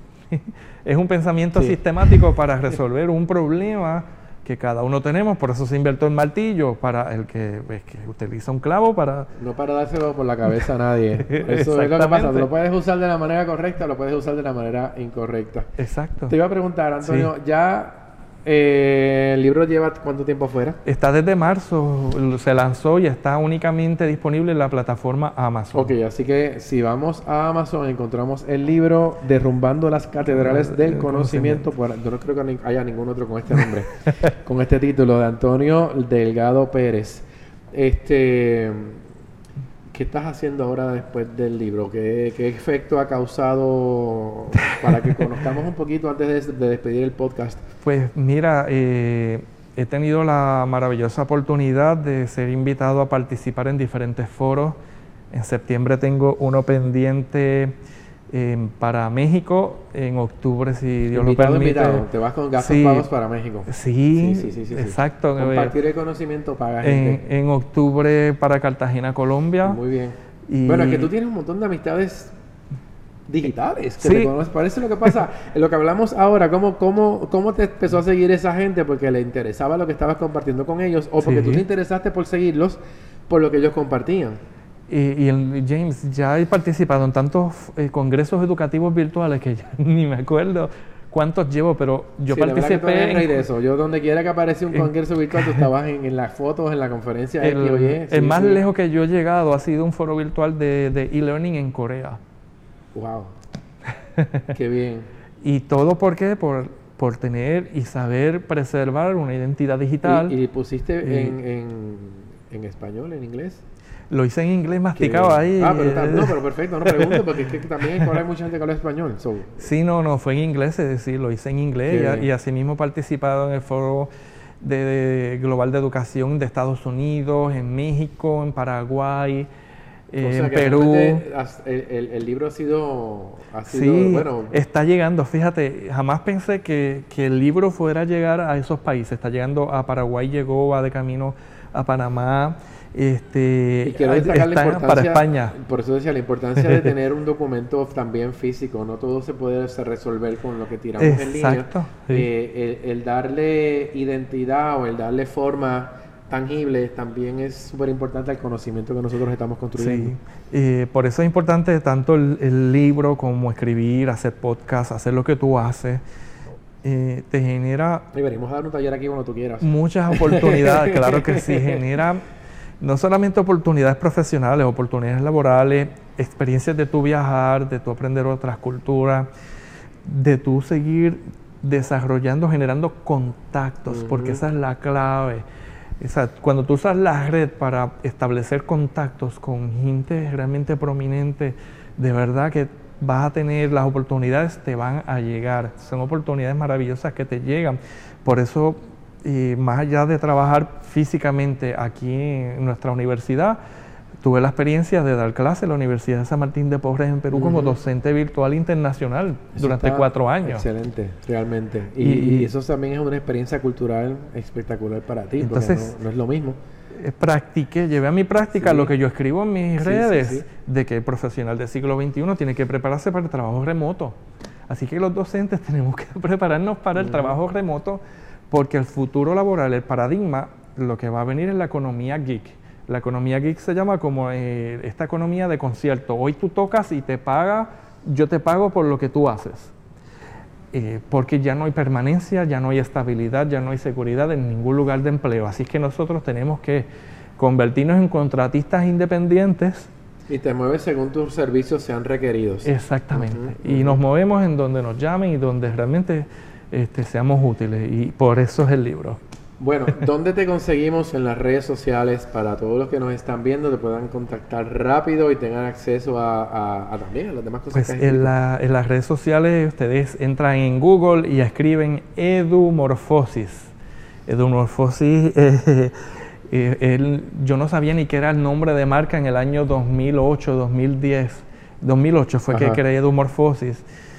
Es un pensamiento sí. sistemático para resolver un problema que cada uno tenemos, por eso se inventó el martillo, para el que, pues, que utiliza un clavo para... No para dárselo por la cabeza a nadie. Eso es lo que pasa, tú lo puedes usar de la manera correcta, lo puedes usar de la manera incorrecta. Exacto. Te iba a preguntar, Antonio, sí. ya eh, el libro lleva ¿cuánto tiempo fuera? Está desde marzo, se lanzó y está únicamente disponible en la plataforma Amazon. Ok, así que si vamos a Amazon encontramos el libro Derrumbando las Catedrales del Conocimiento. Por, yo no creo que haya ningún otro con este nombre, con este título, de Antonio Delgado Pérez. Este, ¿qué estás haciendo ahora después del libro? ¿Qué, qué efecto ha causado para que conozcamos un poquito antes de, de despedir el podcast? Pues mira, eh, he tenido la maravillosa oportunidad de ser invitado a participar en diferentes foros. En septiembre tengo uno pendiente eh, para México, en octubre, si Dios invitado, lo permite. Invitado, te vas con gastos sí, pagos para México. Sí, sí, sí, sí, sí exacto. Sí. Compartir el conocimiento paga en, gente. en octubre para Cartagena, Colombia. Muy bien. Y bueno, es que tú tienes un montón de amistades digitales. Que sí. te conoces. Parece lo que pasa, en lo que hablamos ahora, ¿cómo, cómo, ¿cómo te empezó a seguir esa gente? ¿Porque le interesaba lo que estabas compartiendo con ellos? ¿O porque sí. tú te interesaste por seguirlos por lo que ellos compartían? Y, y el, James, ya he participado en tantos eh, congresos educativos virtuales que ya ni me acuerdo cuántos llevo, pero yo sí, participé en de eso. Yo donde quiera que aparece un en, congreso virtual, tú estabas en, en las fotos, en la conferencia. El, X, oye, el sí, más sí. lejos que yo he llegado ha sido un foro virtual de, de e-learning en Corea. Wow. Qué bien. Y todo ¿por qué? Por, por tener y saber preservar una identidad digital. ¿Y, y pusiste y, en, en, en español, en inglés? Lo hice en inglés masticado ahí. Ah, pero está, no, pero perfecto, no pregunto porque es que también en Corea hay mucha gente que habla español. So. Sí, no, no, fue en inglés, es decir, lo hice en inglés y, y asimismo he participado en el foro de, de global de educación de Estados Unidos, en México, en Paraguay, eh, o sea, en que Perú. El, el, el libro ha sido, ha sido sí, bueno. Está llegando, fíjate, jamás pensé que, que el libro fuera a llegar a esos países. Está llegando a Paraguay, llegó, va de camino a Panamá. Este, y quiero destacar la importancia, para España. Por eso decía, la importancia de tener un documento también físico. No todo se puede se resolver con lo que tiramos Exacto, en línea. Sí. Eh, el, el darle identidad o el darle forma tangible también es súper importante al conocimiento que nosotros estamos construyendo. Sí. Eh, por eso es importante tanto el, el libro como escribir, hacer podcast, hacer lo que tú haces. Eh, te genera... Y venimos a dar un taller aquí cuando tú quieras. Muchas oportunidades, claro que sí. Genera no solamente oportunidades profesionales, oportunidades laborales, experiencias de tu viajar, de tu aprender otras culturas, de tu seguir desarrollando, generando contactos, uh-huh. porque esa es la clave. O sea, cuando tú usas la red para establecer contactos con gente realmente prominente, de verdad que vas a tener, las oportunidades te van a llegar. Son oportunidades maravillosas que te llegan. Por eso, eh, más allá de trabajar físicamente aquí en nuestra universidad, tuve la experiencia de dar clase en la Universidad de San Martín de Porres en Perú uh-huh. como docente virtual internacional eso durante cuatro años. Excelente, realmente. Y, y, y eso también es una experiencia cultural espectacular para ti, entonces, porque no, no es lo mismo. Practiqué, llevé a mi práctica sí. lo que yo escribo en mis sí, redes, sí, sí. de que el profesional del siglo veintiuno tiene que prepararse para el trabajo remoto. Así que los docentes tenemos que prepararnos para el uh-huh. trabajo remoto, porque el futuro laboral, el paradigma, lo que va a venir es la economía geek. La economía geek se llama como eh, esta economía de concierto. Hoy tú tocas y te paga, yo te pago por lo que tú haces. Eh, porque ya no hay permanencia, ya no hay estabilidad, ya no hay seguridad en ningún lugar de empleo. Así que nosotros tenemos que convertirnos en contratistas independientes. Y te mueves según tus servicios sean requeridos. Exactamente. Uh-huh, y uh-huh. nos movemos en donde nos llamen y donde realmente este, seamos útiles. Y por eso es el libro. Bueno, ¿dónde te conseguimos en las redes sociales para todos los que nos están viendo, te puedan contactar rápido y tengan acceso a, a, a también a las demás cosas? Pues que en, la, en las redes sociales ustedes entran en Google y escriben Edumorfosis. Edumorfosis, eh, eh, el, yo no sabía ni qué era el nombre de marca en el año dos mil ocho, dos mil diez. dos mil ocho fue Ajá. que creé Edumorfosis.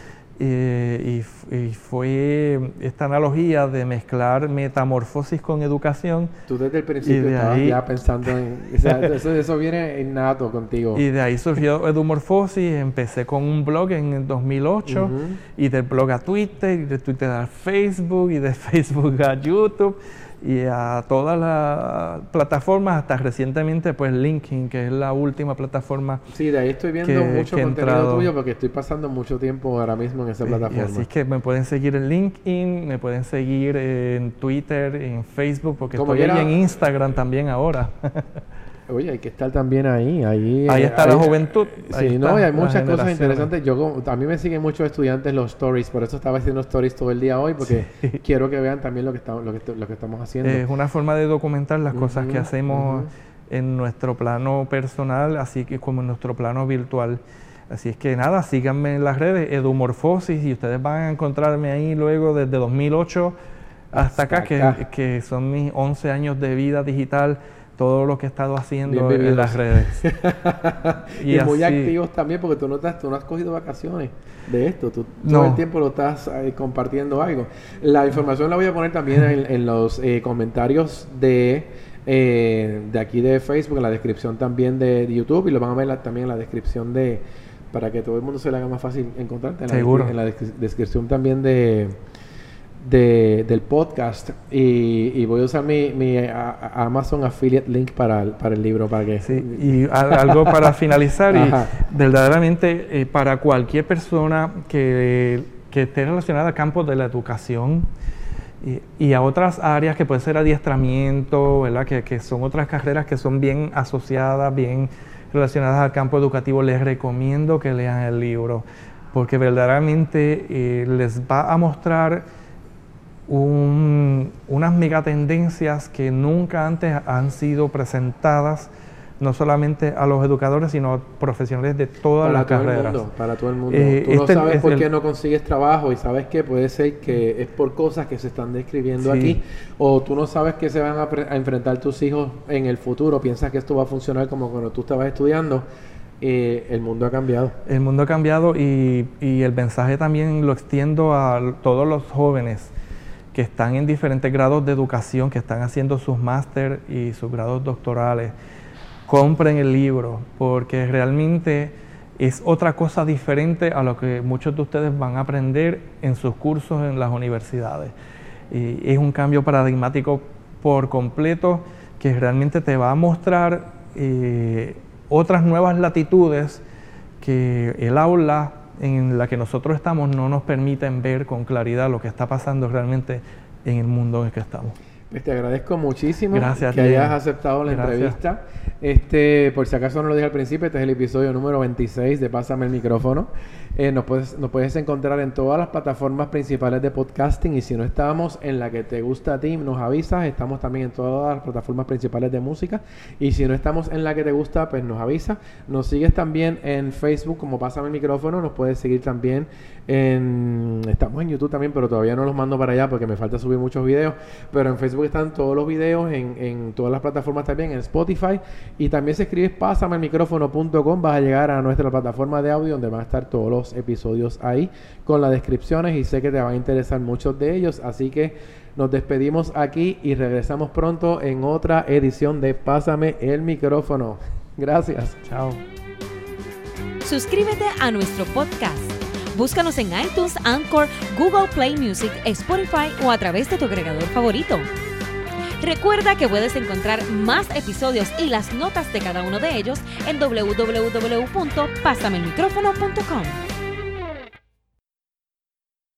Eh, y, y fue esta analogía de mezclar metamorfosis con educación. Tú desde el principio de estabas ahí, ya pensando en... O sea, eso, eso viene innato contigo. Y de ahí surgió Edumorfosis. Empecé con un blog en el dos mil ocho uh-huh. y del blog a Twitter, y de Twitter a Facebook, y de Facebook a YouTube, y a todas las plataformas, hasta recientemente pues LinkedIn, que es la última plataforma. Sí, de ahí estoy viendo que, mucho que contenido entrado. tuyo porque estoy pasando mucho tiempo ahora mismo en esa plataforma. Y así es que me pueden seguir en LinkedIn, me pueden seguir en Twitter, en Facebook, porque Como estoy ahí en Instagram también ahora. Oye, hay que estar también ahí. Ahí, ahí está ahí, la juventud. Sí, ahí no, y hay muchas cosas interesantes. Yo, a mí me siguen muchos estudiantes los stories, por eso estaba haciendo stories todo el día hoy, porque sí. quiero que vean también lo que, estamos, lo, que, lo que estamos haciendo. Es una forma de documentar las uh-huh, cosas que hacemos uh-huh. en nuestro plano personal, así que como en nuestro plano virtual. Así es que nada, síganme en las redes, Edumorfosis, y ustedes van a encontrarme ahí luego desde dos mil ocho hasta, hasta acá, acá. Que, que son mis once años de vida digital. Todo lo que he estado haciendo en las redes. y, y muy activos también, porque tú no, te has, tú no has cogido vacaciones de esto. Tú no. todo el tiempo lo estás eh, compartiendo algo. La información la voy a poner también en, en los eh, comentarios de, eh, de aquí de Facebook, en la descripción también de, de YouTube, y lo van a ver la, también en la descripción de... para que todo el mundo se le haga más fácil encontrarte. En Seguro. La, en la descri- descripción también de... De, del podcast y, y voy a usar mi, mi a, a Amazon Affiliate link para el, para el libro para que sí, y a, algo para finalizar y verdaderamente eh, para cualquier persona que, que esté relacionada al campo de la educación y, y a otras áreas que puede ser adiestramiento, ¿verdad? Que, que son otras carreras que son bien asociadas, bien relacionadas al campo educativo, les recomiendo que lean el libro porque verdaderamente eh, les va a mostrar Un, unas megatendencias que nunca antes han sido presentadas, no solamente a los educadores, sino a profesionales de todas las carreras. Mundo, para todo el mundo. Eh, Tú este no sabes por qué el... no consigues trabajo y sabes que puede ser que es por cosas que se están describiendo sí. aquí, o tú no sabes que se van a, pre- a enfrentar tus hijos en el futuro, piensas que esto va a funcionar como cuando tú estabas estudiando. Eh, el mundo ha cambiado. El mundo ha cambiado y, y el mensaje también lo extiendo a todos los jóvenes que están en diferentes grados de educación, que están haciendo sus máster y sus grados doctorales. Compren el libro, porque realmente es otra cosa diferente a lo que muchos de ustedes van a aprender en sus cursos en las universidades. Y es un cambio paradigmático por completo que realmente te va a mostrar eh, otras nuevas latitudes que el aula en la que nosotros estamos no nos permiten ver con claridad lo que está pasando realmente en el mundo en el que estamos. Pues te agradezco muchísimo Gracias, que hayas aceptado la Gracias. entrevista. Este, por si acaso no lo dije al principio, este es el episodio número veintiséis de Pásame el Micrófono. Eh, nos, puedes, nos puedes encontrar en todas las plataformas principales de podcasting y si no estamos en la que te gusta a ti, nos avisas. Estamos también en todas las plataformas principales de música y si no estamos en la que te gusta, pues nos avisa. Nos sigues también en Facebook como Pásame el Micrófono. Nos puedes seguir también en... Estamos en YouTube también, pero todavía no los mando para allá porque me falta subir muchos videos. Pero en Facebook están todos los videos, en, en todas las plataformas también, en Spotify. Y también si escribes pásame el micrófono punto com vas a llegar a nuestra plataforma de audio donde van a estar todos los episodios ahí con las descripciones y sé que te van a interesar muchos de ellos, así que nos despedimos aquí y regresamos pronto en otra edición de Pásame el Micrófono. Gracias. Chao. Suscríbete a nuestro podcast. Búscanos en iTunes, Anchor, Google Play Music, Spotify o a través de tu agregador favorito. Recuerda que puedes encontrar más episodios y las notas de cada uno de ellos en doble u doble u doble u punto pásame el micrófono punto com.